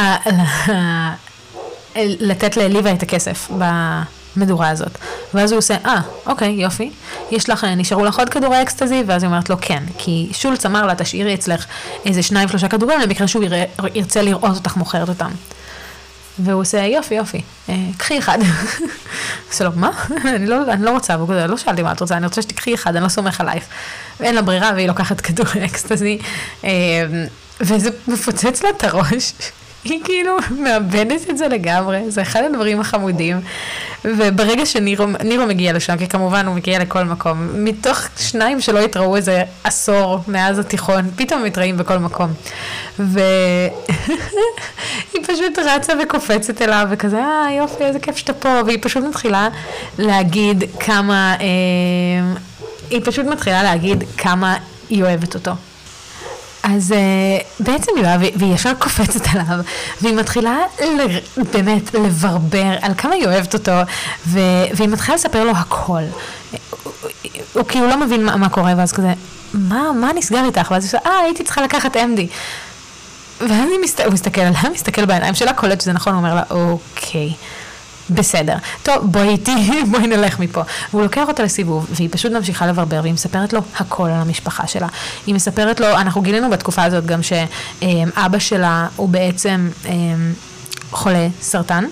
לתת לליבה את הכסף במדורה הזאת. ואז הוא עושה, אוקיי, יופי, נשארו לך עוד כדורי אקסטזי, ואז היא אומרת לו, כן, כי שולץ אמר לה, תשאירי אצלך איזה 2-3 כדורים, למקרה שהוא ירצה לראות אותך מוכרת אותם. והוא עושה, יופי, יופי, קחי אחד. עושה לו, מה? אני לא רוצה, והוא כזה, לא שאלתי מה את רוצה, אני רוצה שתקחי אחד, אני לא סומך עלייך. ואין לה ברירה, והיא לוקחת כדור אקסטזי, וזה מפוצץ לה את הראש. היא כאילו מאבדת את זה לגמרי, זה אחד הדברים החמודים, וברגע שנירו מגיע לשם, כי כמובן הוא מגיע לכל מקום, מתוך 2 שלא התראו איזה עשור מאז התיכון, פתאום מתראים בכל מקום, והיא פשוט רצה וקופצת אליו, וכזה, יופי, איזה כיף שאתה פה, והיא פשוט מתחילה להגיד כמה, היא אוהבת אותו. אז בעצם היא באה והיא ישר קופצת עליו, והיא מתחילה באמת לברבר על כמה היא אוהבת אותו, והיא מתחילה לספר לו הכל. הוא כאילו לא מבין מה קורה, ואז כזה, מה נסגר איתך? ואז היא אומרת, הייתי צריכה לקחת MD. ואז הוא מסתכל עליה, מסתכל בעיניים שלה, קולט שזה נכון, הוא אומר לה, אוקיי. בסדר. טוב, בואי נלך מפה. והוא לוקח אותה לסיבוב, והיא פשוט ממשיכה לברבר, והיא מספרת לו הכל על המשפחה שלה. היא מספרת לו, אנחנו גילינו בתקופה הזאת גם שאבא שלה הוא בעצם חולה סרטן,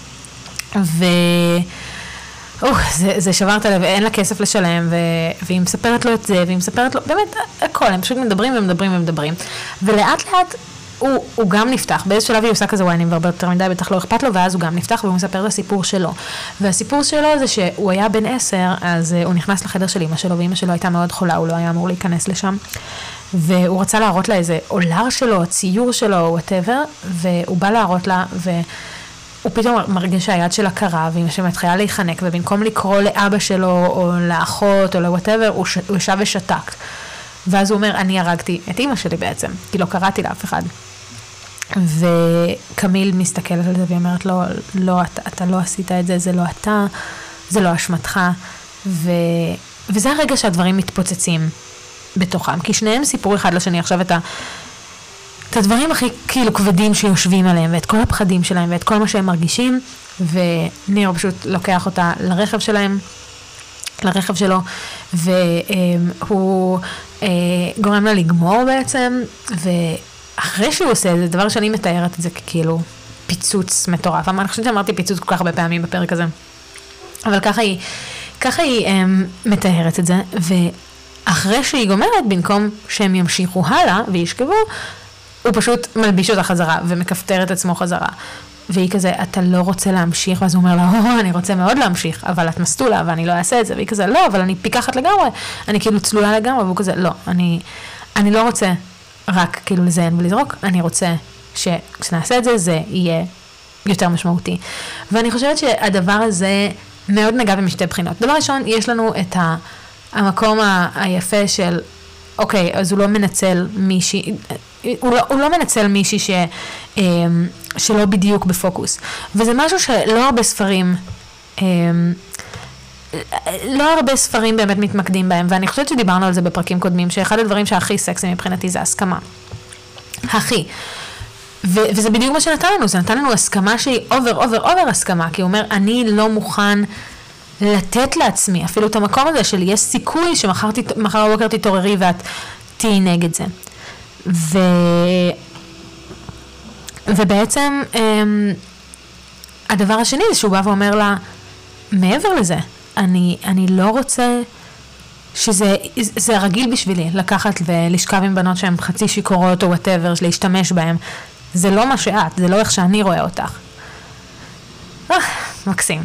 זה שבר את הלב, אין לה כסף לשלם, והיא מספרת לו את זה, והיא מספרת לו, באמת, הכל, הם פשוט מדברים ומדברים ומדברים. ולאט לאט, הוא גם נפתח, באיזה שלב היא עושה כזה, אני מברבר יותר מדי, בטח לא אכפת לו, ואז הוא גם נפתח, והוא מספר את הסיפור שלו. והסיפור שלו זה שהוא היה בן 10, אז הוא נכנס לחדר של אמא שלו, ואמא שלו הייתה מאוד חולה, הוא לא היה אמור להיכנס לשם. והוא רצה להראות לה איזה אולר שלו, ציור שלו, whatever, והוא בא להראות לה, הוא פתאום מרגיש שהיד שלה קרה, ואמא שלו מתחילה להיחנק, ובמקום לקרוא לאבא שלו, או לאחות, או ל-whatever, הוא ישב ושתק. ואז הוא אומר, אני הרגתי את אמא שלי בעצם, כי לא קראתי לאף אחד. וקמיל מסתכלת על זה והיא אומרת לו, לא, אתה לא עשית את זה, זה לא אתה, זה לא אשמתך, וזה הרגע שהדברים מתפוצצים בתוכם, כי שניהם סיפרו אחד לשני עכשיו את הדברים הכי כאילו כבדים שיושבים עליהם, ואת כל הפחדים שלהם, ואת כל מה שהם מרגישים, וניר פשוט לוקח אותה לרכב שלו, והוא גורם לה לגמור בעצם, אחרי שהוא עושה, זה דבר שאני מתארת את זה כאילו פיצוץ מטורף. אני חושבת שאמרתי פיצוץ כל כך הרבה פעמים בפרק הזה. אבל ככה היא מתארת את זה, ואחרי שהיא גומרת, במקום שהם ימשיכו הלאה וישכבו, הוא פשוט מלביש אותה חזרה ומכפתר את עצמו חזרה. והיא כזה, אתה לא רוצה להמשיך? ואז הוא אומר לה, אני רוצה מאוד להמשיך, אבל את מסטולה ואני לא אעשה את זה. והיא כזה, לא, אבל אני פיקחת לגמרי. אני כאילו צלולה לגמרי, והוא כזה, לא, אני לא רוצה רק כאילו לזיין ולזרוק, אני רוצה שכשנעשה את זה, זה יהיה יותר משמעותי. ואני חושבת שהדבר הזה מאוד נגע במשתי בחינות. דבר ראשון, יש לנו את המקום היפה של, אוקיי, אז הוא לא מנצל מישהי, הוא לא מנצל מישהי שלא בדיוק בפוקוס. וזה משהו שלא הרבה ספרים באמת מתמקדים בהם, ואני חושבת שדיברנו על זה בפרקים קודמים, שאחד הדברים שהכי סקסי מבחינתי זה הסכמה. וזה בדיוק מה שנתן לנו, זה נתן לנו הסכמה שהיא אובר הסכמה, כי הוא אומר, אני לא מוכן לתת לעצמי, אפילו את המקום הזה של יש סיכוי שמחר בבוקר תתעוררי ואת תהי נגד זה. ובעצם הדבר השני זה שהוא בא ואומר לה, מעבר לזה, אני לא רוצה שזה רגיל בשבילי, לקחת ולשכב עם בנות שהן חצי שיקורות או whatever, להשתמש בהן. זה לא מה שאת, זה לא איך שאני רואה אותך. מקסים.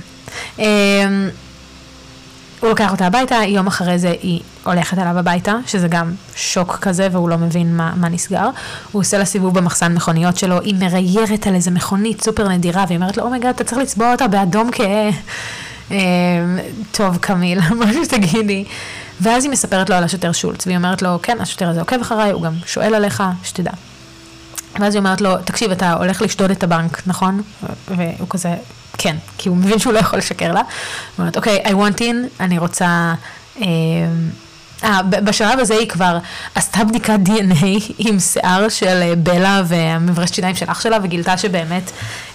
הוא לוקח אותה הביתה, יום אחרי זה היא הולכת עליו הביתה, שזה גם שוק כזה, והוא לא מבין מה נסגר. הוא עושה לה סיבוב במחסן מכוניות שלו, היא מריירת על איזה מכונית סופר נדירה, והיא אומרת לו, אומייגאד, אתה צריך לצבוע אותה באדום כהה. טוב, קמיל, משהו תגידי. ואז היא מספרת לו על השוטר שולץ, והיא אומרת לו, כן, השוטר הזה עוקב אחריי, הוא גם שואל עליך, שתדע. ואז היא אומרת לו, תקשיב, אתה הולך לשדוד את הבנק, נכון? והוא כזה, כן, כי הוא מבין שהוא לא יכול לשקר לה. הוא אומרת, אוקיי, I want in, אני רוצה... בשלב הזה היא כבר עשתה בדיקת DNA עם שיער של בלה והמברשת שיניים של אח שלה, וגילתה שבאמת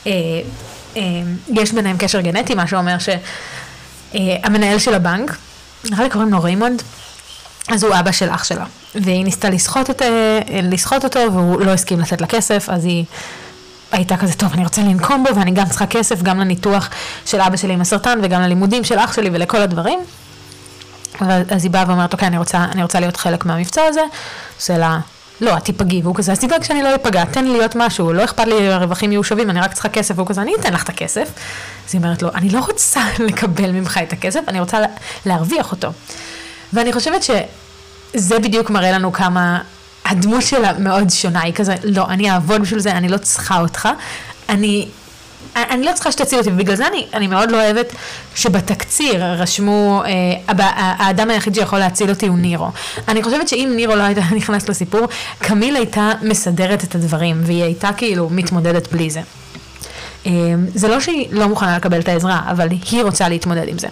יש ביניהם קשר גנטי, מה שאומר שהמנהל של הבנק, נראה לי קוראים לו ריימונד, אז הוא אבא של אח שלה, והיא ניסתה לסחוט אותו, והוא לא הסכים לתת לה כסף, אז היא הייתה כזה, טוב, אני רוצה לנקום בו, ואני גם צריכה כסף, גם לניתוח של אבא שלי עם הסרטן, וגם ללימודים של אח שלי ולכל הדברים. אז היא באה ואומרת, אוקיי, אני רוצה להיות חלק מהמבצע הזה, עושה לה, לא, את תיפגעי, והוא כזה, אז תדאג שאני לא אפגע, תן לי להיות משהו, לא אכפת לי, הרווחים יהיו שווים, אני רק צריכה כסף, והוא כזה, אני אתן לך את הכסף. אז היא אומרת לו, אני לא רוצה לקבל ממך את הכסף, אני רוצה להרוויח אותו. ואני חושבת שזה בדיוק מראה לנו כמה הדמות שלה מאוד שונה, היא כזה, לא, אני אעבוד בשביל זה, אני לא צריכה אותך, אני לא צריכה שתציל אותי, ובגלל זה אני מאוד לא אוהבת שבתקציר רשמו, האדם היחיד שיכול להציל אותי הוא נירו. אני חושבת שאם נירו לא הייתה נכנס לסיפור, קמיל הייתה מסדרת את הדברים, והיא הייתה כאילו מתמודדת בלי זה. זה לא שהיא לא מוכנה לקבל את העזרה, אבל היא רוצה להתמודד עם זה.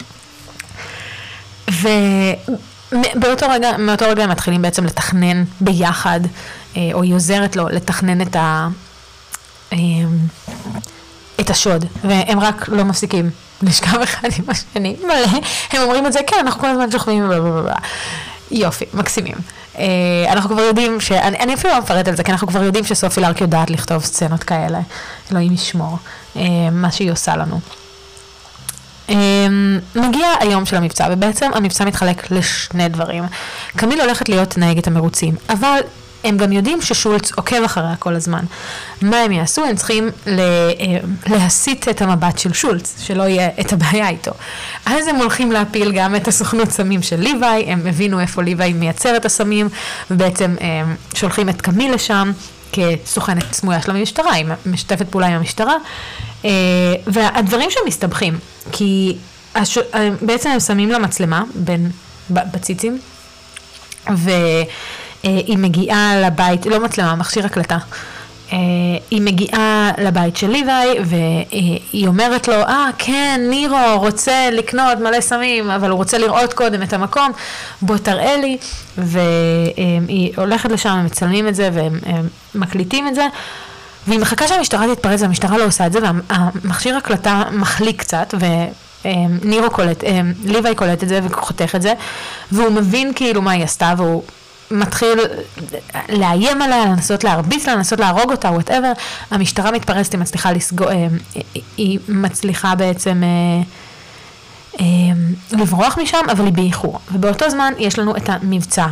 מאותו רגע הם מתחילים בעצם לתכנן ביחד, או היא עוזרת לו לתכנן את השוד, והם רק לא מפסיקים לשכב אחד עם השני, מלא, הם אומרים את זה, כן, אנחנו כל הזמן שוכבים, יופי, מקסימים. אנחנו כבר יודעים, אני אפילו לא מפרט על זה, כי אנחנו כבר יודעים שסופי לארק יודעת לכתוב סצנות כאלה, אלוהים ישמור, מה שהיא עושה לנו. מגיע היום של המבצע, ובעצם המבצע מתחלק לשני דברים. קמיל הולכת להיות נהגת המרוצים, אבל הם גם יודעים ששולץ עוקב אחריה כל הזמן. מה הם יעשו? הם צריכים להסיט את המבט של שולץ, שלא יהיה את הבעיה איתו. אז הם הולכים להפיל גם את הסוכנות סמים של ליוואי, הם הבינו איפה ליוואי מייצר את הסמים, ובעצם שולחים את קמיל לשם, כסוכנת סמויה של המשטרה, היא משתפת פעולה עם המשטרה, והדברים שם מסתבכים, כי בעצם הם שמים לה מצלמה בציצים, והיא מגיעה לבית, לא מצלמה, מכשיר הקלטה, היא מגיעה לבית של ליוואי, והיא אומרת לו, כן, נירו רוצה לקנות מלא סמים, אבל הוא רוצה לראות קודם את המקום, בוא תראה לי, והיא הולכת לשם, הם מצלמים את זה, והם מקליטים את זה, והיא מחכה שהמשטרה תתפרץ, והמשטרה לא עושה את זה, והמכשיר הקלטה מחליק קצת, ונירו קולט, ליוואי קולט את זה, וחותך את זה, והוא מבין כאילו מה היא עשתה, והוא מתחיל לאיים עליה, לנסות להרביץ לה, לנסות להרוג אותה, whatever. המשטרה מתפרצת, היא מצליחה לסגור, היא מצליחה בעצם לברוח משם, אבל היא באיחור. ובאותו זמן יש לנו את המבצע,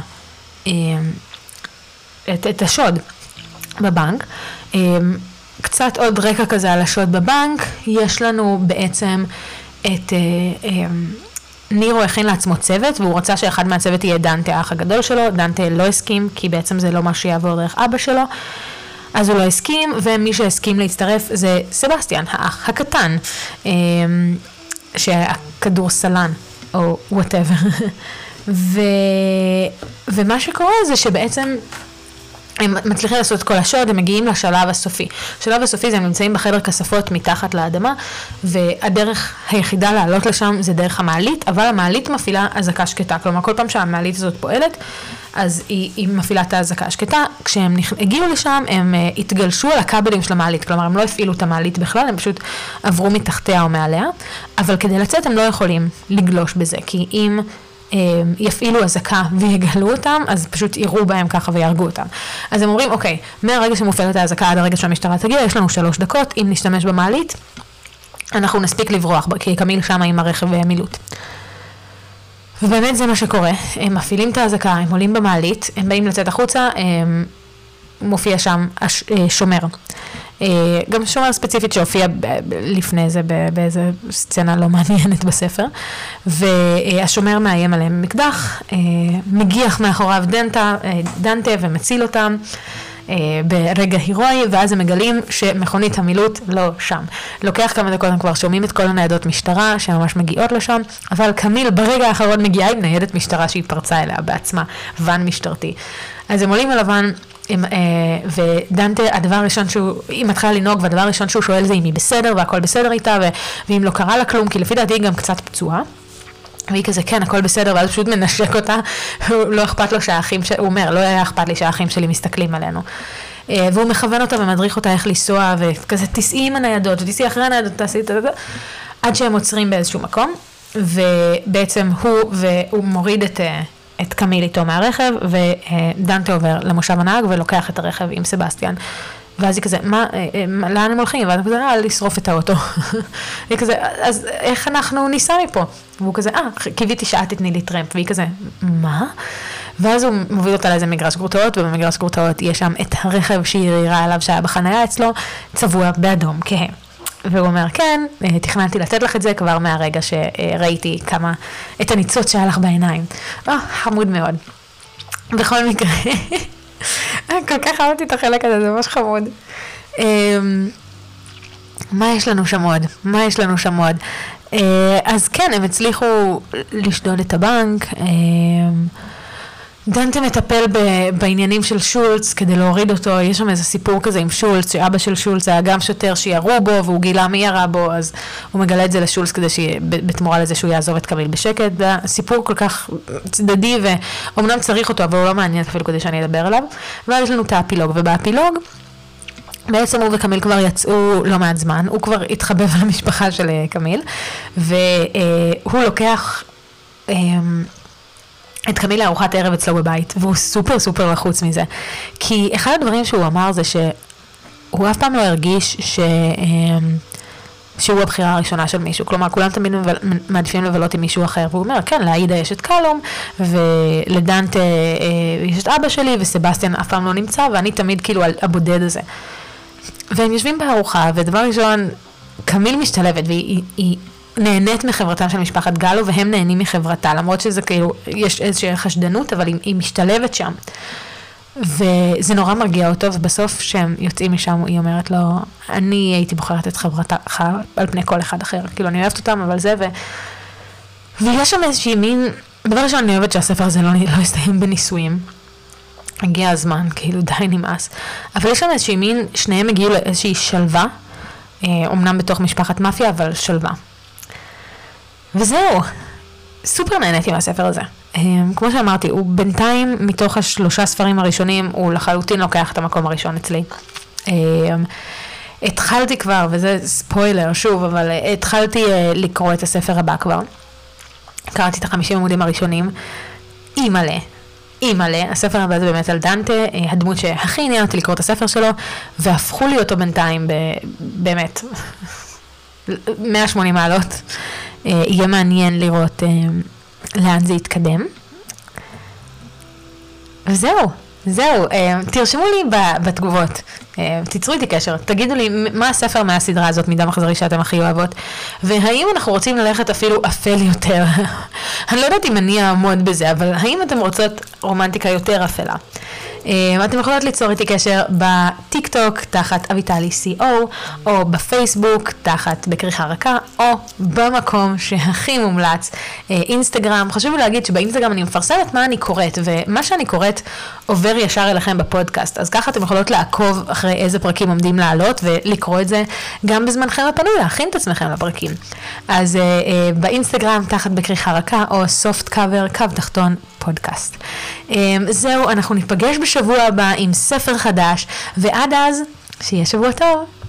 את השוד בבנק. קצת עוד רקע כזה על השוד בבנק, יש לנו בעצם את נירו הכין לעצמו צוות, והוא רצה שאחד מהצוות יהיה דנטה, האח הגדול שלו. דנטה לא הסכים, כי בעצם זה לא מה שיעבור דרך אבא שלו, אז הוא לא הסכים, ומי שהסכים להצטרף זה סבסטיאן, האח הקטן, שהכדור סלן, או whatever. ומה שקורה זה שבעצם הם מצליחים לעשות את כל השוד, הם מגיעים לשלב הסופי. השלב הסופי זה הם נמצאים בחדר כספות מתחת לאדמה, והדרך היחידה לעלות לשם זה דרך המעלית, אבל המעלית מפעילה אזעקה שקטה. כלומר, כל פעם שהמעלית הזאת פועלת, אז היא מפעילה את האזעקה השקטה. כשהם הגיעו לשם, הם התגלשו על הכבלים של המעלית. כלומר, הם לא הפעילו את המעלית בכלל, הם פשוט עברו מתחתיה או מעליה. אבל כדי לצאת, הם לא יכולים לגלוש בזה, כי אם יפעילו אזעקה ויגלו אותם, אז פשוט יראו בהם ככה וירגו אותם. אז הם אומרים, אוקיי, מהרגע שמופעלת האזעקה עד הרגע שהמשטרה תגיע, יש לנו 3 דקות, אם נשתמש במעלית, אנחנו נספיק לברוח, כי קמיל שם עם הרכב מילוט. ובאמת זה מה שקורה, הם מפעילים את האזעקה, הם עולים במעלית, הם באים לצאת החוצה, מופיע שם שומר. גם שומר ספציפית שהופיע לפני זה באיזה סצנה לא מעניינת בספר, והשומר מאיים עליהם מקדח, מגיח מאחוריו דנטה ומציל אותם ברגע הירואי, ואז הם מגלים שמכונית המילוט לא שם. לוקח כמה דקות, הם כבר שומעים את כל הניידות משטרה שממש מגיעות לשם, אבל קמיל ברגע האחרון מגיעה עם ניידת משטרה שהיא פרצה אליה בעצמה, ואן משטרתי. אז הם עולים על הוואן, ודנטה, הדבר הראשון היא מתחילה לנהוג, והדבר הראשון שהוא שואל זה אם היא בסדר, והכל בסדר איתה, ואם לא קרה לה כלום, כי לפי דעתי היא גם קצת פצועה, והיא כזה, כן, הכל בסדר, ואז פשוט מנשק אותה, לא אכפת לו שהאחים, הוא אומר, לא היה אכפת לי שהאחים שלי מסתכלים עלינו. והוא מכוון אותה ומדריך אותה איך לנסוע, וכזה תיסעי עם הניידות, ותיסעי אחרי הניידות, תעשי את זה, עד שהם עוצרים באיזשהו מקום, ובעצם הוא מוריד את קמיל איתו מהרכב, ודנטה עובר למושב הנהג ולוקח את הרכב עם סבסטיאן, ואז היא כזה, לאן הם הולכים? ואז הוא כזה, לשרוף את האוטו. היא כזה, אז איך אנחנו ניסע מפה? והוא כזה, קיוויתי שאת תתני לי טרמפ, והיא כזה, מה? ואז הוא מוביל אותה לאיזה מגרש גרוטאות, ובמגרש גרוטאות יש שם את הרכב שהיא הראה עליו שהיה בחניה אצלו, צבוע באדום, כהם. והוא אומר, כן, תכננתי לתת לך את זה כבר מהרגע שראיתי כמה, את הניצוץ שהיה לך בעיניים. חמוד מאוד. בכל מקרה, כל כך אהבתי את החלק הזה, זה ממש חמוד. מה יש לנו שם עוד? אז כן, הם הצליחו לשדוד את הבנק, דנטה מטפל בעניינים של שולץ כדי להוריד אותו, יש שם איזה סיפור כזה עם שולץ, שאבא של שולץ היה גם שוטר שירו בו, והוא גילה מי ירה בו, אז הוא מגלה את זה לשולץ כדי בתמורה לזה שהוא יעזוב את קמיל בשקט, והסיפור כל כך צדדי, ואומנם צריך אותו, אבל הוא לא מעניין אפילו כדי שאני אדבר עליו, ואז יש לנו את האפילוג, ובאפילוג, בעצם הוא וקמיל כבר יצאו לא מעט זמן, הוא כבר התחבב על המשפחה של קמיל, והוא לוקח את קמיל לארוחת ערב אצלו בבית, והוא סופר סופר לחוץ מזה. כי אחד הדברים שהוא אמר זה שהוא אף פעם לא הרגיש שהוא הבחירה הראשונה של מישהו. כלומר, כולם תמיד מעדיפים לבלות עם מישהו אחר. והוא אומר, כן, לעידה יש את קלום, ולדנטה יש את אבא שלי, וסבסטיאן אף פעם לא נמצא, ואני תמיד כאילו הבודד הזה. והם יושבים בארוחה, ודבר ראשון, קמיל משתלבת, והיא נהנית מחברתם של משפחת גלו, והם נהנים מחברתה, למרות שזה כאילו, יש איזושהי חשדנות, אבל היא משתלבת שם. וזה נורא מרגיע אותו, ובסוף שהם יוצאים משם, היא אומרת לו, אני הייתי בוחרת את חברתך על פני כל אחד אחר. כאילו, אני אוהבת אותם, אבל זה, ויש שם איזושהי מין, דבר ראשון, אני אוהבת שהספר הזה לא יסתיים בניסויים. הגיע הזמן, כאילו, די נמאס. אבל יש שם איזושהי מין, שניהם הגיעו לאיזושהי שלווה, אמנם בתוך משפחת מאפיה, אבל שלווה. וזהו, סופר נהניתי מהספר הזה. כמו שאמרתי, הוא בינתיים מתוך 3 ספרים הראשונים, הוא לחלוטין לוקח את המקום הראשון אצלי. התחלתי כבר, וזה ספוילר שוב, אבל התחלתי לקרוא את הספר הבא כבר. קראתי את 50 עמודים הראשונים. אימאלה, הספר הבא זה באמת על דנטה, הדמות שהכי עניין אותי לקרוא את הספר שלו, והפכו לי אותו בינתיים באמת 180 מעלות. יהיה מעניין לראות לאן זה יתקדם. וזהו, תרשמו לי בתגובות, תיצרו איתי קשר, תגידו לי מה הספר מהסדרה הזאת, מידה מחזרי שאתם הכי אוהבות, והאם אנחנו רוצים ללכת אפילו אפל יותר, אני לא יודעת אם אני אעמוד בזה, אבל האם אתם רוצות רומנטיקה יותר אפלה? אתם יכולות ליצור איתי קשר בטיק טוק תחת אביטלי CO, או בפייסבוק תחת בכריכה רכה, או במקום שהכי מומלץ, אינסטגרם. חשוב לי להגיד שבאינסטגרם אני מפרסמת מה אני קוראת, ומה שאני קוראת עובר ישר אליכם בפודקאסט, אז ככה אתם יכולות לעקוב אחרי איזה פרקים עומדים לעלות, ולקרוא את זה גם בזמנכם הפנוי, להכין את עצמכם לפרקים. אז באינסטגרם תחת בכריכה רכה, או soft cover, קו תחתון, פודקאסט. זהו, אנחנו ניפגש בשבוע הבא עם ספר חדש, ועד אז, שיהיה שבוע טוב.